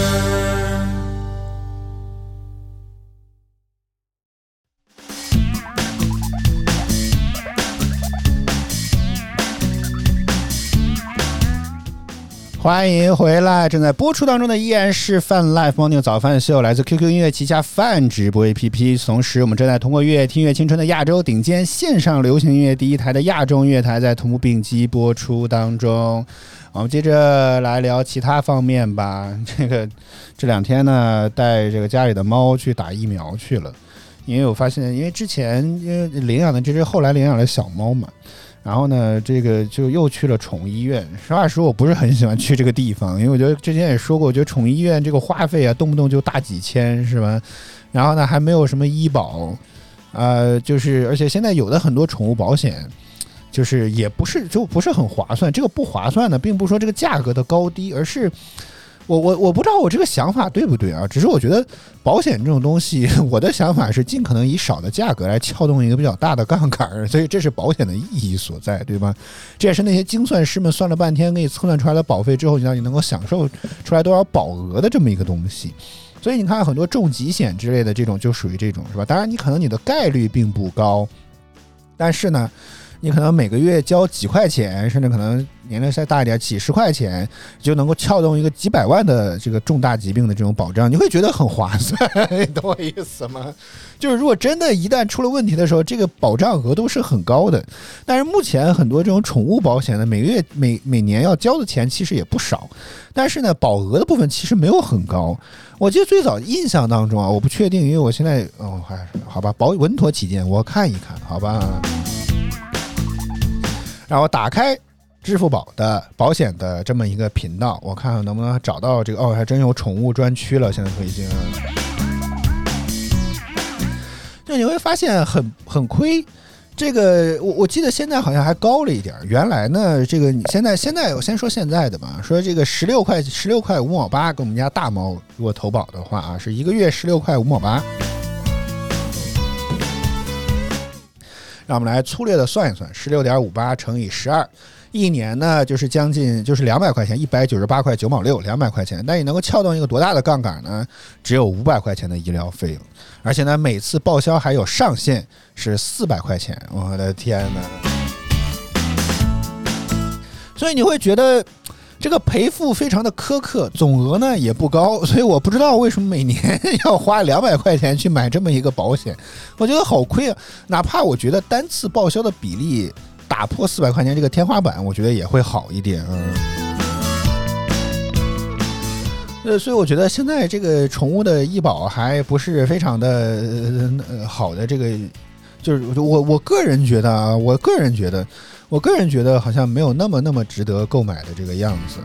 欢迎回来，正在播出当中的依然是泛 Live Morning 早饭秀，来自 Q Q 音乐旗下泛直播 A P P。同时，我们正在通过乐听乐青春的亚洲顶尖线上流行音乐第一台的亚洲音乐台，在同步并机播出当中。我们接着来聊其他方面吧。这个这两天呢，带这个家里的猫去打疫苗去了，因为我发现，因为之前因为领养的这只后来领养的小猫嘛。然后呢，这个就又去了宠物医院。实话说，我不是很喜欢去这个地方，因为我觉得之前也说过，我觉得宠物医院这个花费啊，动不动就大几千，是吧？然后呢，还没有什么医保，呃，就是而且现在有的很多宠物保险，就是也不是就不是很划算。这个不划算呢，并不是说这个价格的高低，而是。我我我不知道我这个想法对不对啊？只是我觉得保险这种东西，我的想法是尽可能以少的价格来撬动一个比较大的杠杆，所以这是保险的意义所在，对吧？这也是那些精算师们算了半天给你测算出来的保费之后，让你能够享受出来多少保额的这么一个东西。所以你看很多重疾险之类的这种就属于这种，是吧？当然你可能你的概率并不高，但是呢。你可能每个月交几块钱，甚至可能年龄再大一点，几十块钱就能够撬动一个几百万的这个重大疾病的这种保障，你会觉得很划算，你懂我意思吗？就是如果真的一旦出了问题的时候，这个保障额都是很高的。但是目前很多这种宠物保险呢，每个月每每年要交的钱其实也不少，但是呢，保额的部分其实没有很高。我记得最早印象当中啊，我不确定，因为我现在哦，还是好吧，保稳妥起见，我看一看，好吧。然后打开支付宝的保险的这么一个频道，我看看能不能找到这个哦，还真有宠物专区了，现在都已经。就你会发现很很亏，这个我我记得现在好像还高了一点。原来呢，这个你现在现在我先说现在的吧，说这个十六块十六块五毛八，跟我们家大猫如果投保的话啊，是一个月十六块五毛八。让我们来粗略的算一算，十六点五八乘以十二，一年呢就是将近就是两百块钱，一百九十八块九毛六，两百块钱。但你能够撬动一个多大的杠杆呢？只有五百块钱的医疗费用，而且呢每次报销还有上限是四百块钱，我的天哪！所以你会觉得。这个赔付非常的苛刻，总额呢也不高，所以我不知道为什么每年要花两百块钱去买这么一个保险，我觉得好亏啊！哪怕我觉得单次报销的比例打破四百块钱这个天花板，我觉得也会好一点啊。 呃，所以我觉得现在这个宠物的医保还不是非常的呃好的，这个就是我我个人觉得啊，我个人觉得，我个人觉得好像没有那么那么值得购买的这个样子。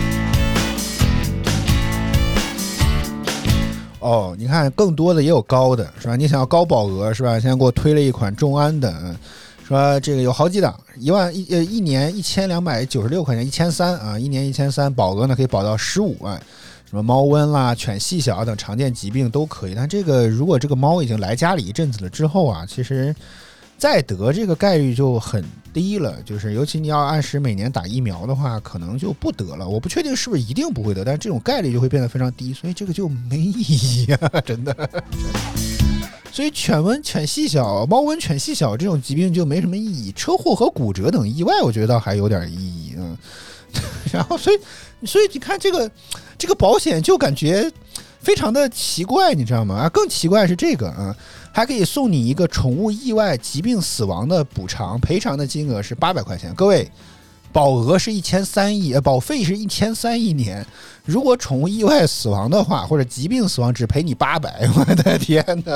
哦，你看更多的也有高的，是吧？你想要高保额，是吧？现在给我推了一款众安的，说这个有好几档，一万一呃一年一千两百九十六块钱，一千三啊，一年一千三，保额呢可以保到十五万。什么猫瘟啦、犬细小等常见疾病都可以，但这个如果这个猫已经来家里一阵子了之后啊，其实再得这个概率就很低了，就是尤其你要按时每年打疫苗的话，可能就不得了。我不确定是不是一定不会得，但这种概率就会变得非常低，所以这个就没意义啊，真的。所以犬瘟、犬细小、猫瘟、犬细小这种疾病就没什么意义，车祸和骨折等意外，我觉得还有点意义，嗯。然后，所以，所以你看这个，这个保险就感觉非常的奇怪，你知道吗？啊，更奇怪是这个啊，还可以送你一个宠物意外疾病死亡的补偿，赔偿的金额是八百块钱。各位，保额是一千三亿，呃，保费是一千三一年。如果宠物意外死亡的话，或者疾病死亡，只赔你八百，我的天哪！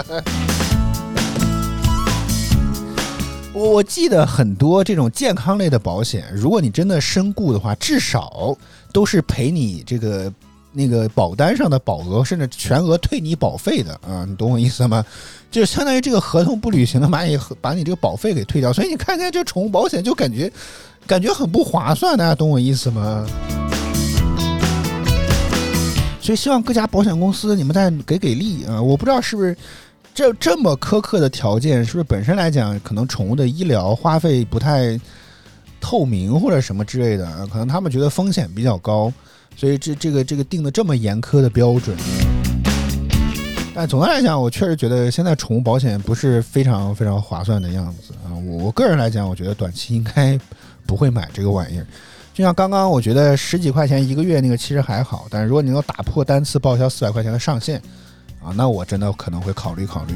我我记得很多这种健康类的保险，如果你真的身故的话，至少都是赔你这个那个保单上的保额，甚至全额退你保费的啊，你懂我意思吗？就相当于这个合同不履行的，把你把你这个保费给退掉。所以你看见这宠物保险就感觉感觉很不划算，大家懂我意思吗？所以希望各家保险公司你们再给给力啊！我不知道是不是。这这么苛刻的条件，是不是本身来讲，可能宠物的医疗花费不太透明或者什么之类的，可能他们觉得风险比较高，所以这这个这个定的这么严苛的标准。但总的来讲，我确实觉得现在宠物保险不是非常非常划算的样子啊。我我个人来讲，我觉得短期应该不会买这个玩意儿。就像刚刚我觉得十几块钱一个月那个其实还好，但是如果你能打破单次报销四百块钱的上限。啊，那我真的可能会考虑考虑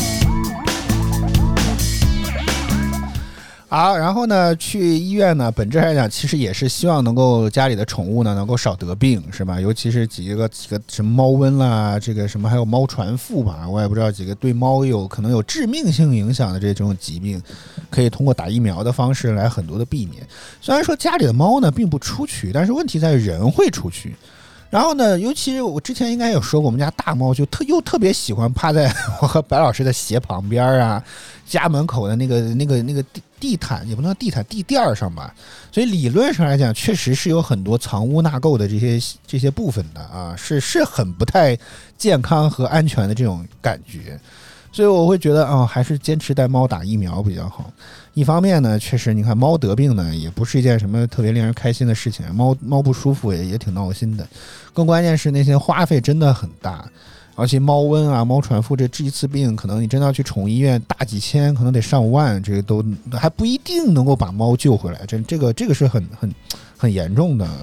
啊。好，然后呢，去医院呢，本质来讲，其实也是希望能够家里的宠物呢能够少得病，是吧？尤其是几个几个什么猫瘟啦，这个什么还有猫传腹吧，我也不知道几个对猫有可能有致命性影响的这种疾病，可以通过打疫苗的方式来很多的避免。虽然说家里的猫呢并不出去，但是问题在于人会出去。然后呢，尤其是我之前应该有说过，我们家大猫就特又特别喜欢趴在我和白老师的鞋旁边啊，家门口的那个那个那个地地毯，也不能地毯地垫上吧。所以理论上来讲，确实是有很多藏污纳垢的这些这些部分的啊，是是很不太健康和安全的这种感觉。所以我会觉得啊、哦，还是坚持带猫打疫苗比较好。一方面呢，确实你看猫得病呢，也不是一件什么特别令人开心的事情，猫猫不舒服也也挺闹心的。更关键是那些花费真的很大，而且猫瘟啊、猫传腹这治一次病，可能你真的要去宠物医院大几千，可能得上万，这个都还不一定能够把猫救回来。这这个这个是很很很严重的。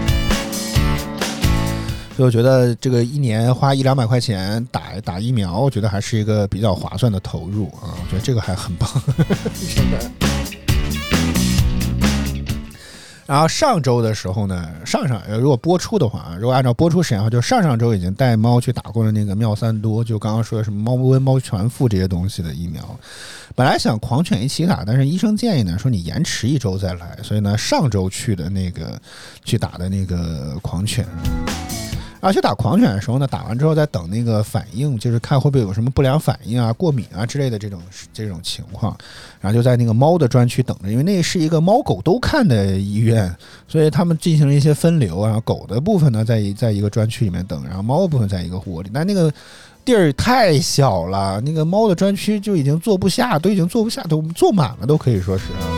所以我觉得这个一年花一两百块钱打打疫苗，我觉得还是一个比较划算的投入啊！我觉得这个还很棒，真的。然后上周的时候呢，上上如果播出的话，如果按照播出时间的话，就上上周已经带猫去打过了那个妙三多，就刚刚说的什么猫瘟、猫传腹这些东西的疫苗。本来想狂犬一起打，但是医生建议呢说你延迟一周再来，所以呢上周去的那个去打的那个狂犬。然后去打狂犬的时候呢，打完之后再等那个反应，就是看会不会有什么不良反应啊、过敏啊之类的这种这种情况。然后就在那个猫的专区等着，因为那是一个猫狗都看的医院，所以他们进行了一些分流。然后狗的部分呢，在在一个专区里面等，然后猫的部分在一个窝里。但那个地儿太小了，那个猫的专区就已经坐不下，都已经坐不下，都坐满了，都可以说是啊。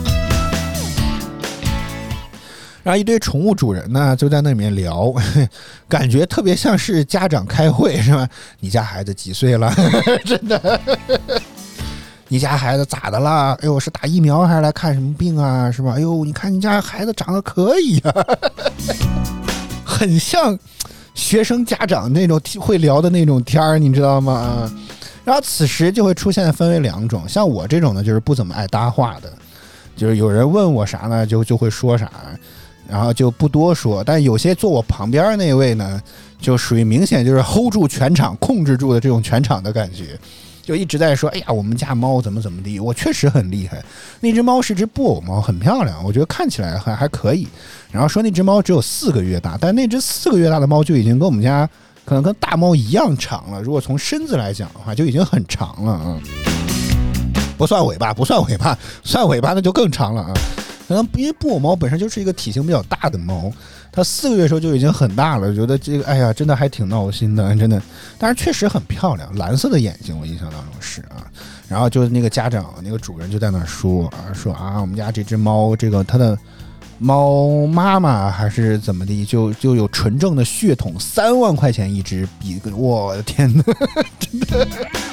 然后一堆宠物主人呢就在那里面聊，感觉特别像是家长开会，是吧？你家孩子几岁了？真的，你家孩子咋的了？哎呦，是打疫苗还是来看什么病啊？是吧？哎呦，你看你家孩子长得可以啊，很像学生家长那种会聊的那种天儿，你知道吗？然后此时就会出现分为两种，像我这种呢，就是不怎么爱搭话的，就是有人问我啥呢，就就会说啥。 然后就不多说。但有些坐我旁边那位呢，就属于明显就是 hold 住全场、控制住的这种全场的感觉，就一直在说：“哎呀，我们家猫怎么怎么地。”我确实很厉害，那只猫是只布偶猫，很漂亮，我觉得看起来还还可以。然后说那只猫只有四个月大，但那只四个月大的猫就已经跟我们家可能跟大猫一样长了。如果从身子来讲的话，就已经很长了啊。不算尾巴，不算尾巴，算尾巴那就更长了啊。可能因为布偶猫本身就是一个体型比较大的猫，它四个月的时候就已经很大了，觉得这个哎呀，真的还挺闹心的，真的。但是确实很漂亮，蓝色的眼睛，我印象当中是啊。然后就那个家长，那个主人就在那说啊，说啊，我们家这只猫，这个它的猫妈妈还是怎么的，就就有纯正的血统，三万块钱一只，比我的天哪，真的。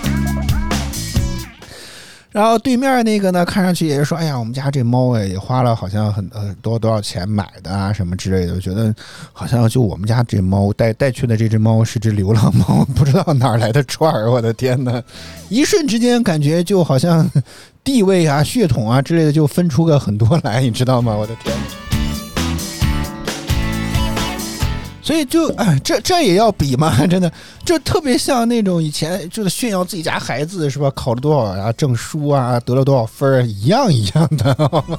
然后对面那个呢，看上去也是说，哎呀，我们家这猫哎也花了好像很呃多多少钱买的啊什么之类的。我觉得好像就我们家这猫带带去的这只猫是只流浪猫，不知道哪来的串儿，我的天哪！一瞬之间感觉就好像地位啊、血统啊之类的就分出个很多来，你知道吗？我的天！所以就哎，这这也要比吗？真的，这特别像那种以前就是炫耀自己家孩子是吧？考了多少啊证书啊，得了多少分儿，一样一样的，好吗？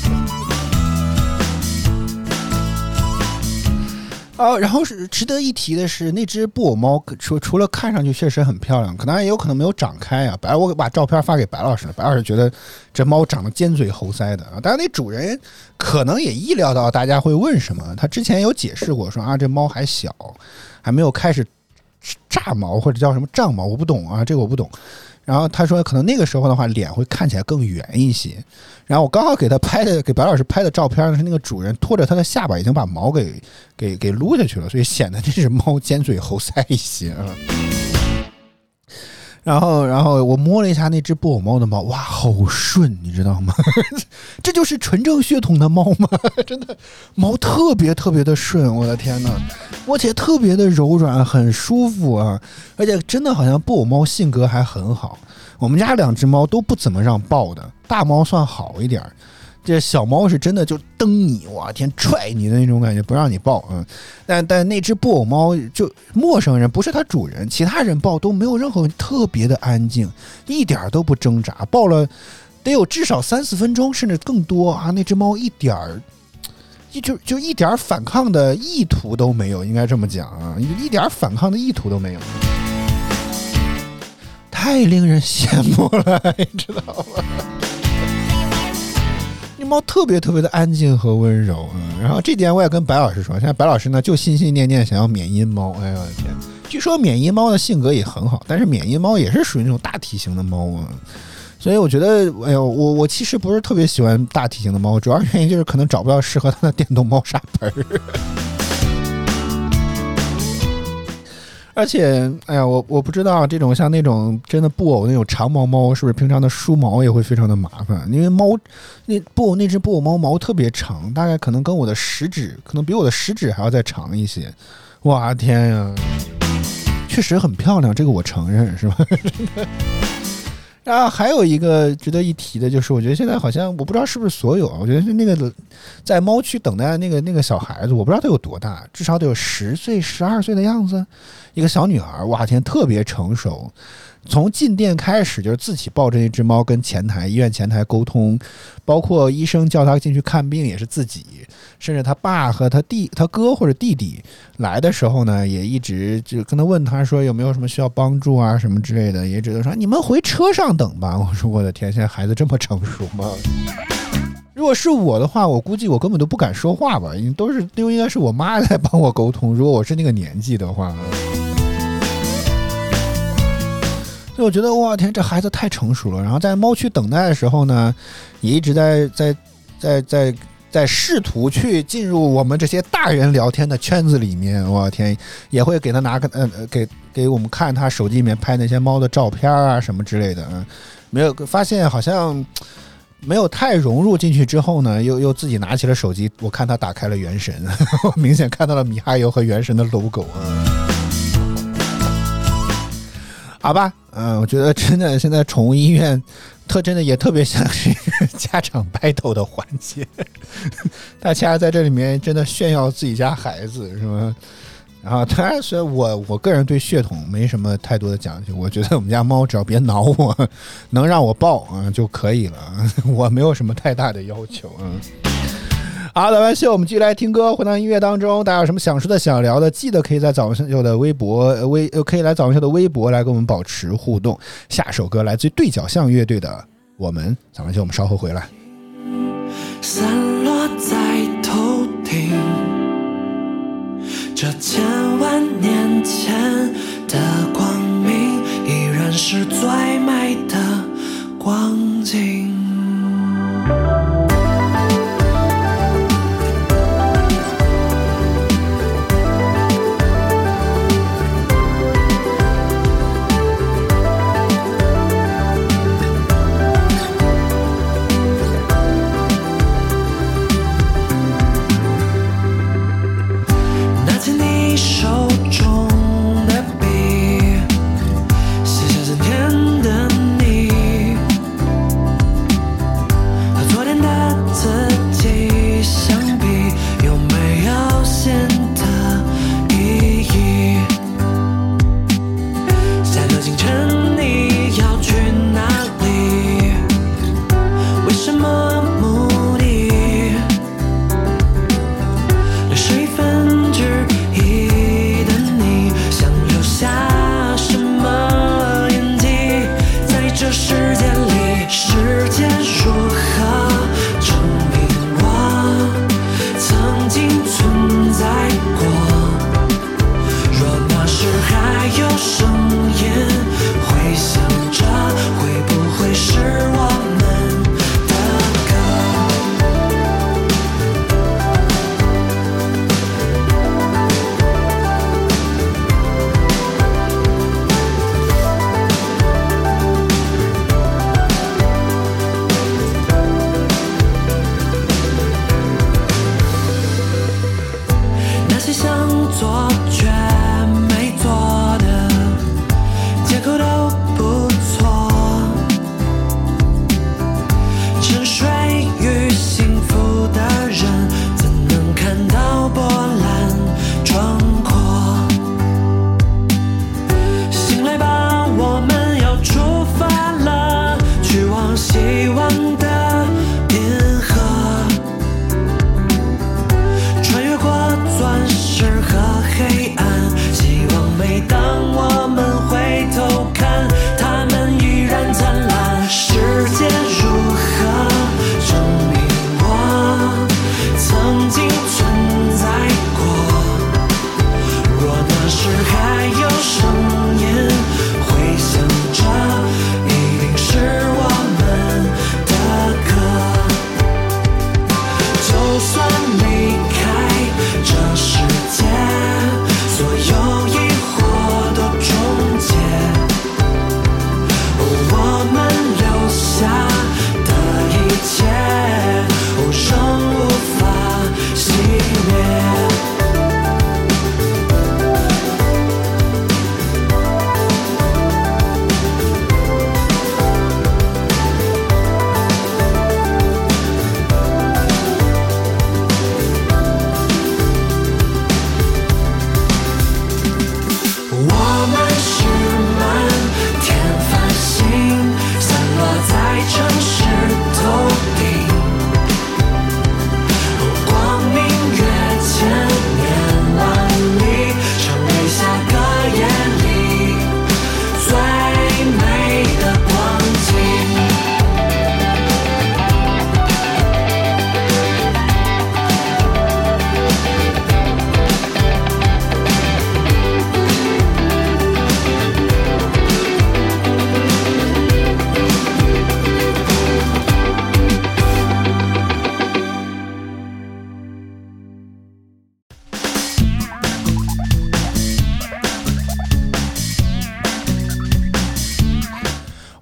啊，然后是值得一提的是，那只布偶猫除除了看上去确实很漂亮，可能也有可能没有长开啊。白，我把照片发给白老师了，白老师觉得这猫长得尖嘴猴腮的啊。当然，那主人可能也意料到大家会问什么，他之前有解释过，说啊，这猫还小，还没有开始炸毛或者叫什么胀毛，我不懂啊，这个我不懂。然后他说，可能那个时候的话，脸会看起来更圆一些。然后我刚好给他拍的，给白老师拍的照片是那个主人拖着他的下巴，已经把毛给给给撸下去了，所以显得这只猫尖嘴猴腮一些啊。然后，然后我摸了一下那只布偶猫的毛，哇，好顺，你知道吗？这就是纯正血统的猫吗？真的，毛特别特别的顺，我的天哪！而且特别的柔软，很舒服啊！而且真的好像布偶猫性格还很好。我们家两只猫都不怎么让抱的，大猫算好一点。这小猫是真的就蹬你，哇天，踹你的那种感觉，不让你抱，嗯，但但那只布偶猫就陌生人，不是它主人，其他人抱都没有任何特别的安静，一点都不挣扎，抱了得有至少三四分钟，甚至更多啊！那只猫一点儿一就就一点反抗的意图都没有，应该这么讲啊，一点反抗的意图都没有，太令人羡慕了，你知道吗？猫特别特别的安静和温柔，嗯，然后这点我也跟白老师说，现在白老师呢就心心念念想要缅因猫，哎呦我的天！据说缅因猫的性格也很好，但是缅因猫也是属于那种大体型的猫啊，所以我觉得，哎呦，我我其实不是特别喜欢大体型的猫，主要原因就是可能找不到适合它的电动猫砂盆儿。而且，哎呀，我我不知道这种像那种真的布偶那种长毛猫，是不是平常的梳毛也会非常的麻烦？因为猫那布偶那只布偶猫毛特别长，大概可能跟我的食指，可能比我的食指还要再长一些。哇天呀，确实很漂亮，这个我承认，是吧？然后还有一个值得一提的就是，我觉得现在好像我不知道是不是所有啊，我觉得是那个在猫区等待那个那个小孩子，我不知道他有多大，至少得有十岁、十二岁的样子，一个小女孩，哇天，特别成熟。从进店开始就是自己抱着那只猫跟前台医院前台沟通，包括医生叫他进去看病也是自己，甚至他爸和他弟他哥或者弟弟来的时候呢，也一直就跟他问他说有没有什么需要帮助啊什么之类的，也只能说你们回车上等吧。我说我的天，现在孩子这么成熟吗？如果是我的话，我估计我根本都不敢说话吧，因为都是因为应该是我妈在帮我沟通，如果我是那个年纪的话。所以我觉得哇天，这孩子太成熟了。然后在猫区等待的时候呢，也一直在在在在在试图去进入我们这些大人聊天的圈子里面。哇天，也会给他拿个呃给给我们看他手机里面拍那些猫的照片啊什么之类的。嗯，没有发现好像没有太融入进去之后呢，又又自己拿起了手机，我看他打开了原神，明显看到了米哈游和原神的 logo 啊。好吧，嗯，我觉得真的现在宠物医院特真的也特别像是一个家长 battle 的环节，大家在这里面真的炫耀自己家孩子是吗？然后当然，所以我我个人对血统没什么太多的讲究，我觉得我们家猫只要别挠我，能让我抱啊就可以了，我没有什么太大的要求啊。好，早安秀，我们继续来听歌，回到音乐当中，大家有什么想说的、想聊的，记得可以在早安秀的微博微可以来早安秀的微博来跟我们保持互动。下首歌来自于对角巷乐队的《我们》，早安秀，我们稍后回来。 散落在头顶，这千万年前的光明，依然是最美的光景。手中的笔，写下今天的你。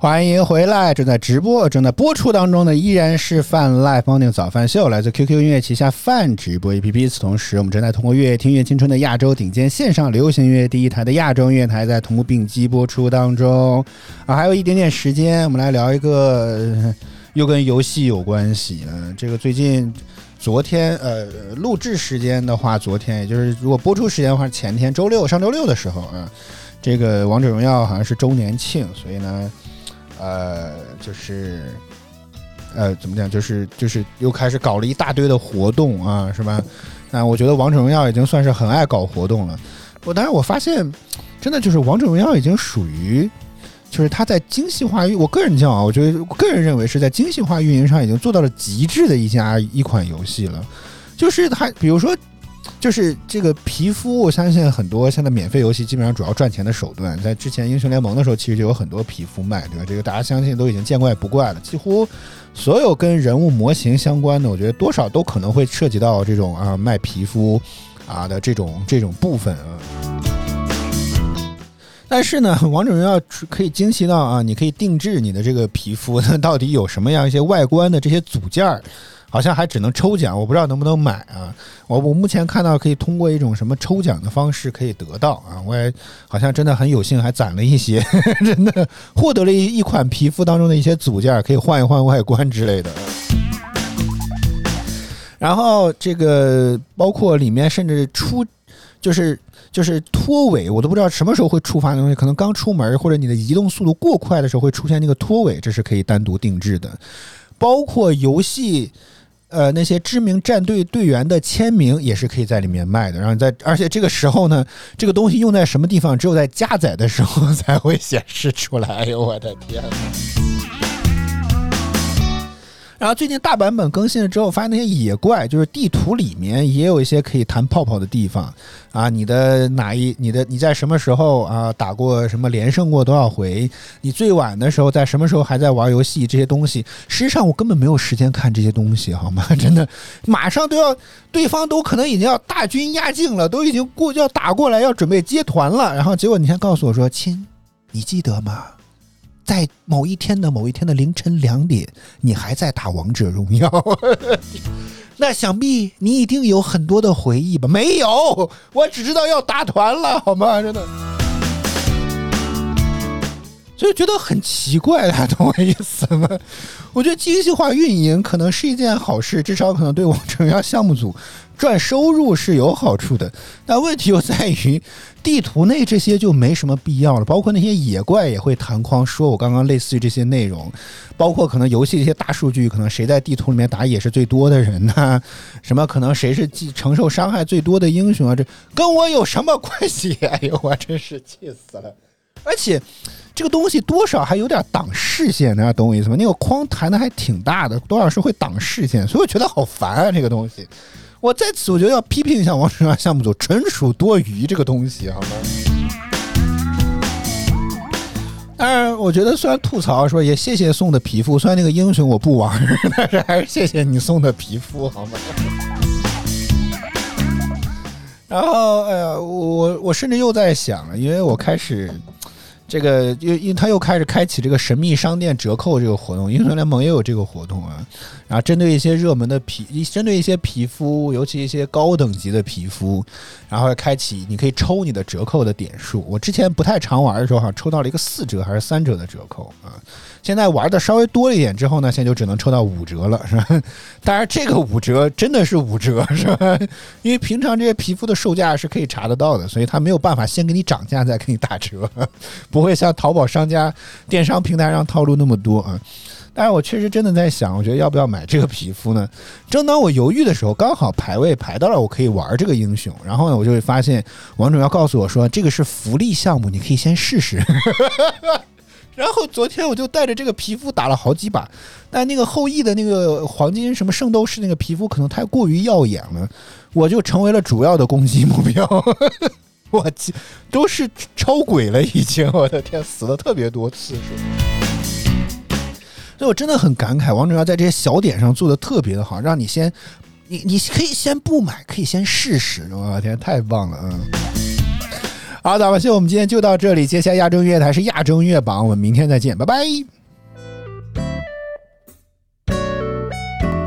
欢迎回来，正在直播、正在播出当中的依然是泛 Live Morning 早饭秀，来自 Q Q 音乐旗下泛直播 A P P。同时，我们正在通过乐听乐青春的亚洲顶尖线上流行音乐第一台的亚洲音乐台，在同步并机播出当中。啊，还有一点点时间，我们来聊一个、呃、又跟游戏有关系。嗯，这个最近昨天呃录制时间的话，昨天也就是如果播出时间的话，前天周六上周六的时候啊，这个王者荣耀好像是周年庆，所以呢。呃，就是呃，怎么讲？就是就是又开始搞了一大堆的活动啊，是吧？那我觉得王者荣耀已经算是很爱搞活动了。我当然我发现，真的就是王者荣耀已经属于，就是它在精细化运，我个人讲啊，我觉得我个人认为是在精细化运营上已经做到了极致的一家一款游戏了。就是它，比如说。就是这个皮肤，我相信很多现在免费游戏基本上主要赚钱的手段，在之前英雄联盟的时候，其实就有很多皮肤卖，对吧？这个大家相信都已经见怪不怪了。几乎所有跟人物模型相关的，我觉得多少都可能会涉及到这种啊卖皮肤啊的这种这种部分啊。但是呢，王者荣耀可以精细到啊，你可以定制你的这个皮肤，那到底有什么样一些外观的这些组件儿？好像还只能抽奖，我不知道能不能买啊。我我目前看到可以通过一种什么抽奖的方式可以得到啊。我也好像真的很有幸，还攒了一些，真的获得了一一款皮肤当中的一些组件，可以换一换外观之类的。然后这个包括里面甚至出就是就是拖尾，我都不知道什么时候会触发的东西，可能刚出门或者你的移动速度过快的时候会出现那个拖尾，这是可以单独定制的。包括游戏。呃，那些知名战队队员的签名也是可以在里面卖的，然后在，而且这个时候呢，这个东西用在什么地方，只有在加载的时候才会显示出来。哎呦，我的天哪！然后最近大版本更新了之后，发现那些野怪，就是地图里面也有一些可以弹泡泡的地方啊。你的哪一，你的你在什么时候啊打过什么连胜过多少回？你最晚的时候在什么时候还在玩游戏？这些东西，实际上我根本没有时间看这些东西，好吗？真的，马上都要，对方都可能已经要大军压境了，都已经过要打过来，要准备接团了。然后结果你先告诉我说，亲，你记得吗？在某一天的某一天的凌晨两点，你还在打王者荣耀，那想必你一定有很多的回忆吧？没有，我只知道要打团了，好吗？真的，所以觉得很奇怪，大家懂我意思吗？我觉得精细化运营可能是一件好事，至少可能对王者荣耀项目组赚收入是有好处的。但问题又在于地图内这些就没什么必要了，包括那些野怪也会弹框说我刚刚类似于这些内容，包括可能游戏这些大数据，可能谁在地图里面打野是最多的人呐、啊，什么可能谁是承受伤害最多的英雄啊，这跟我有什么关系？哎呦，我真是气死了！而且这个东西多少还有点挡视线，大家懂我意思吗？那个框弹的还挺大的，多少是会挡视线，所以我觉得好烦啊，这个东西。我在此我觉得要批评一下王者荣耀项目组，纯属多余这个东西，好吗？当然，我觉得虽然吐槽说也谢谢送的皮肤，虽然那个英雄我不玩，但是还是谢谢你送的皮肤，好吗？然后，哎呀，我我甚至又在想，因为我开始。这个，因为因为他又开始开启这个神秘商店折扣这个活动，英雄联盟也有这个活动啊。然后针对一些热门的皮，针对一些皮肤，尤其一些高等级的皮肤，然后开启你可以抽你的折扣的点数。我之前不太常玩的时候，好像抽到了一个四折还是三折的折扣啊。现在玩的稍微多一点之后呢，现在就只能抽到五折了，是吧？当然，这个五折真的是五折，是吧？因为平常这些皮肤的售价是可以查得到的，所以他没有办法先给你涨价再给你打折，不会像淘宝商家、电商平台上套路那么多啊。但是我确实真的在想，我觉得要不要买这个皮肤呢？正当我犹豫的时候，刚好排位排到了我可以玩这个英雄，然后呢，我就会发现王者要告诉我说，这个是福利项目，你可以先试试。然后昨天我就带着这个皮肤打了好几把，但那个后羿的那个黄金什么圣斗士那个皮肤可能太过于耀眼了，我就成为了主要的攻击目标。我都是超鬼了已经，我的天，死了特别多次数。所以我真的很感慨，王者要在这些小点上做的特别的好，让你先，你你可以先不买，可以先试试，我的天，太棒了，嗯。 好，早吧秀，我们今天就到这里。接下来亚洲音乐台是亚洲音乐榜，我们明天再见，拜拜。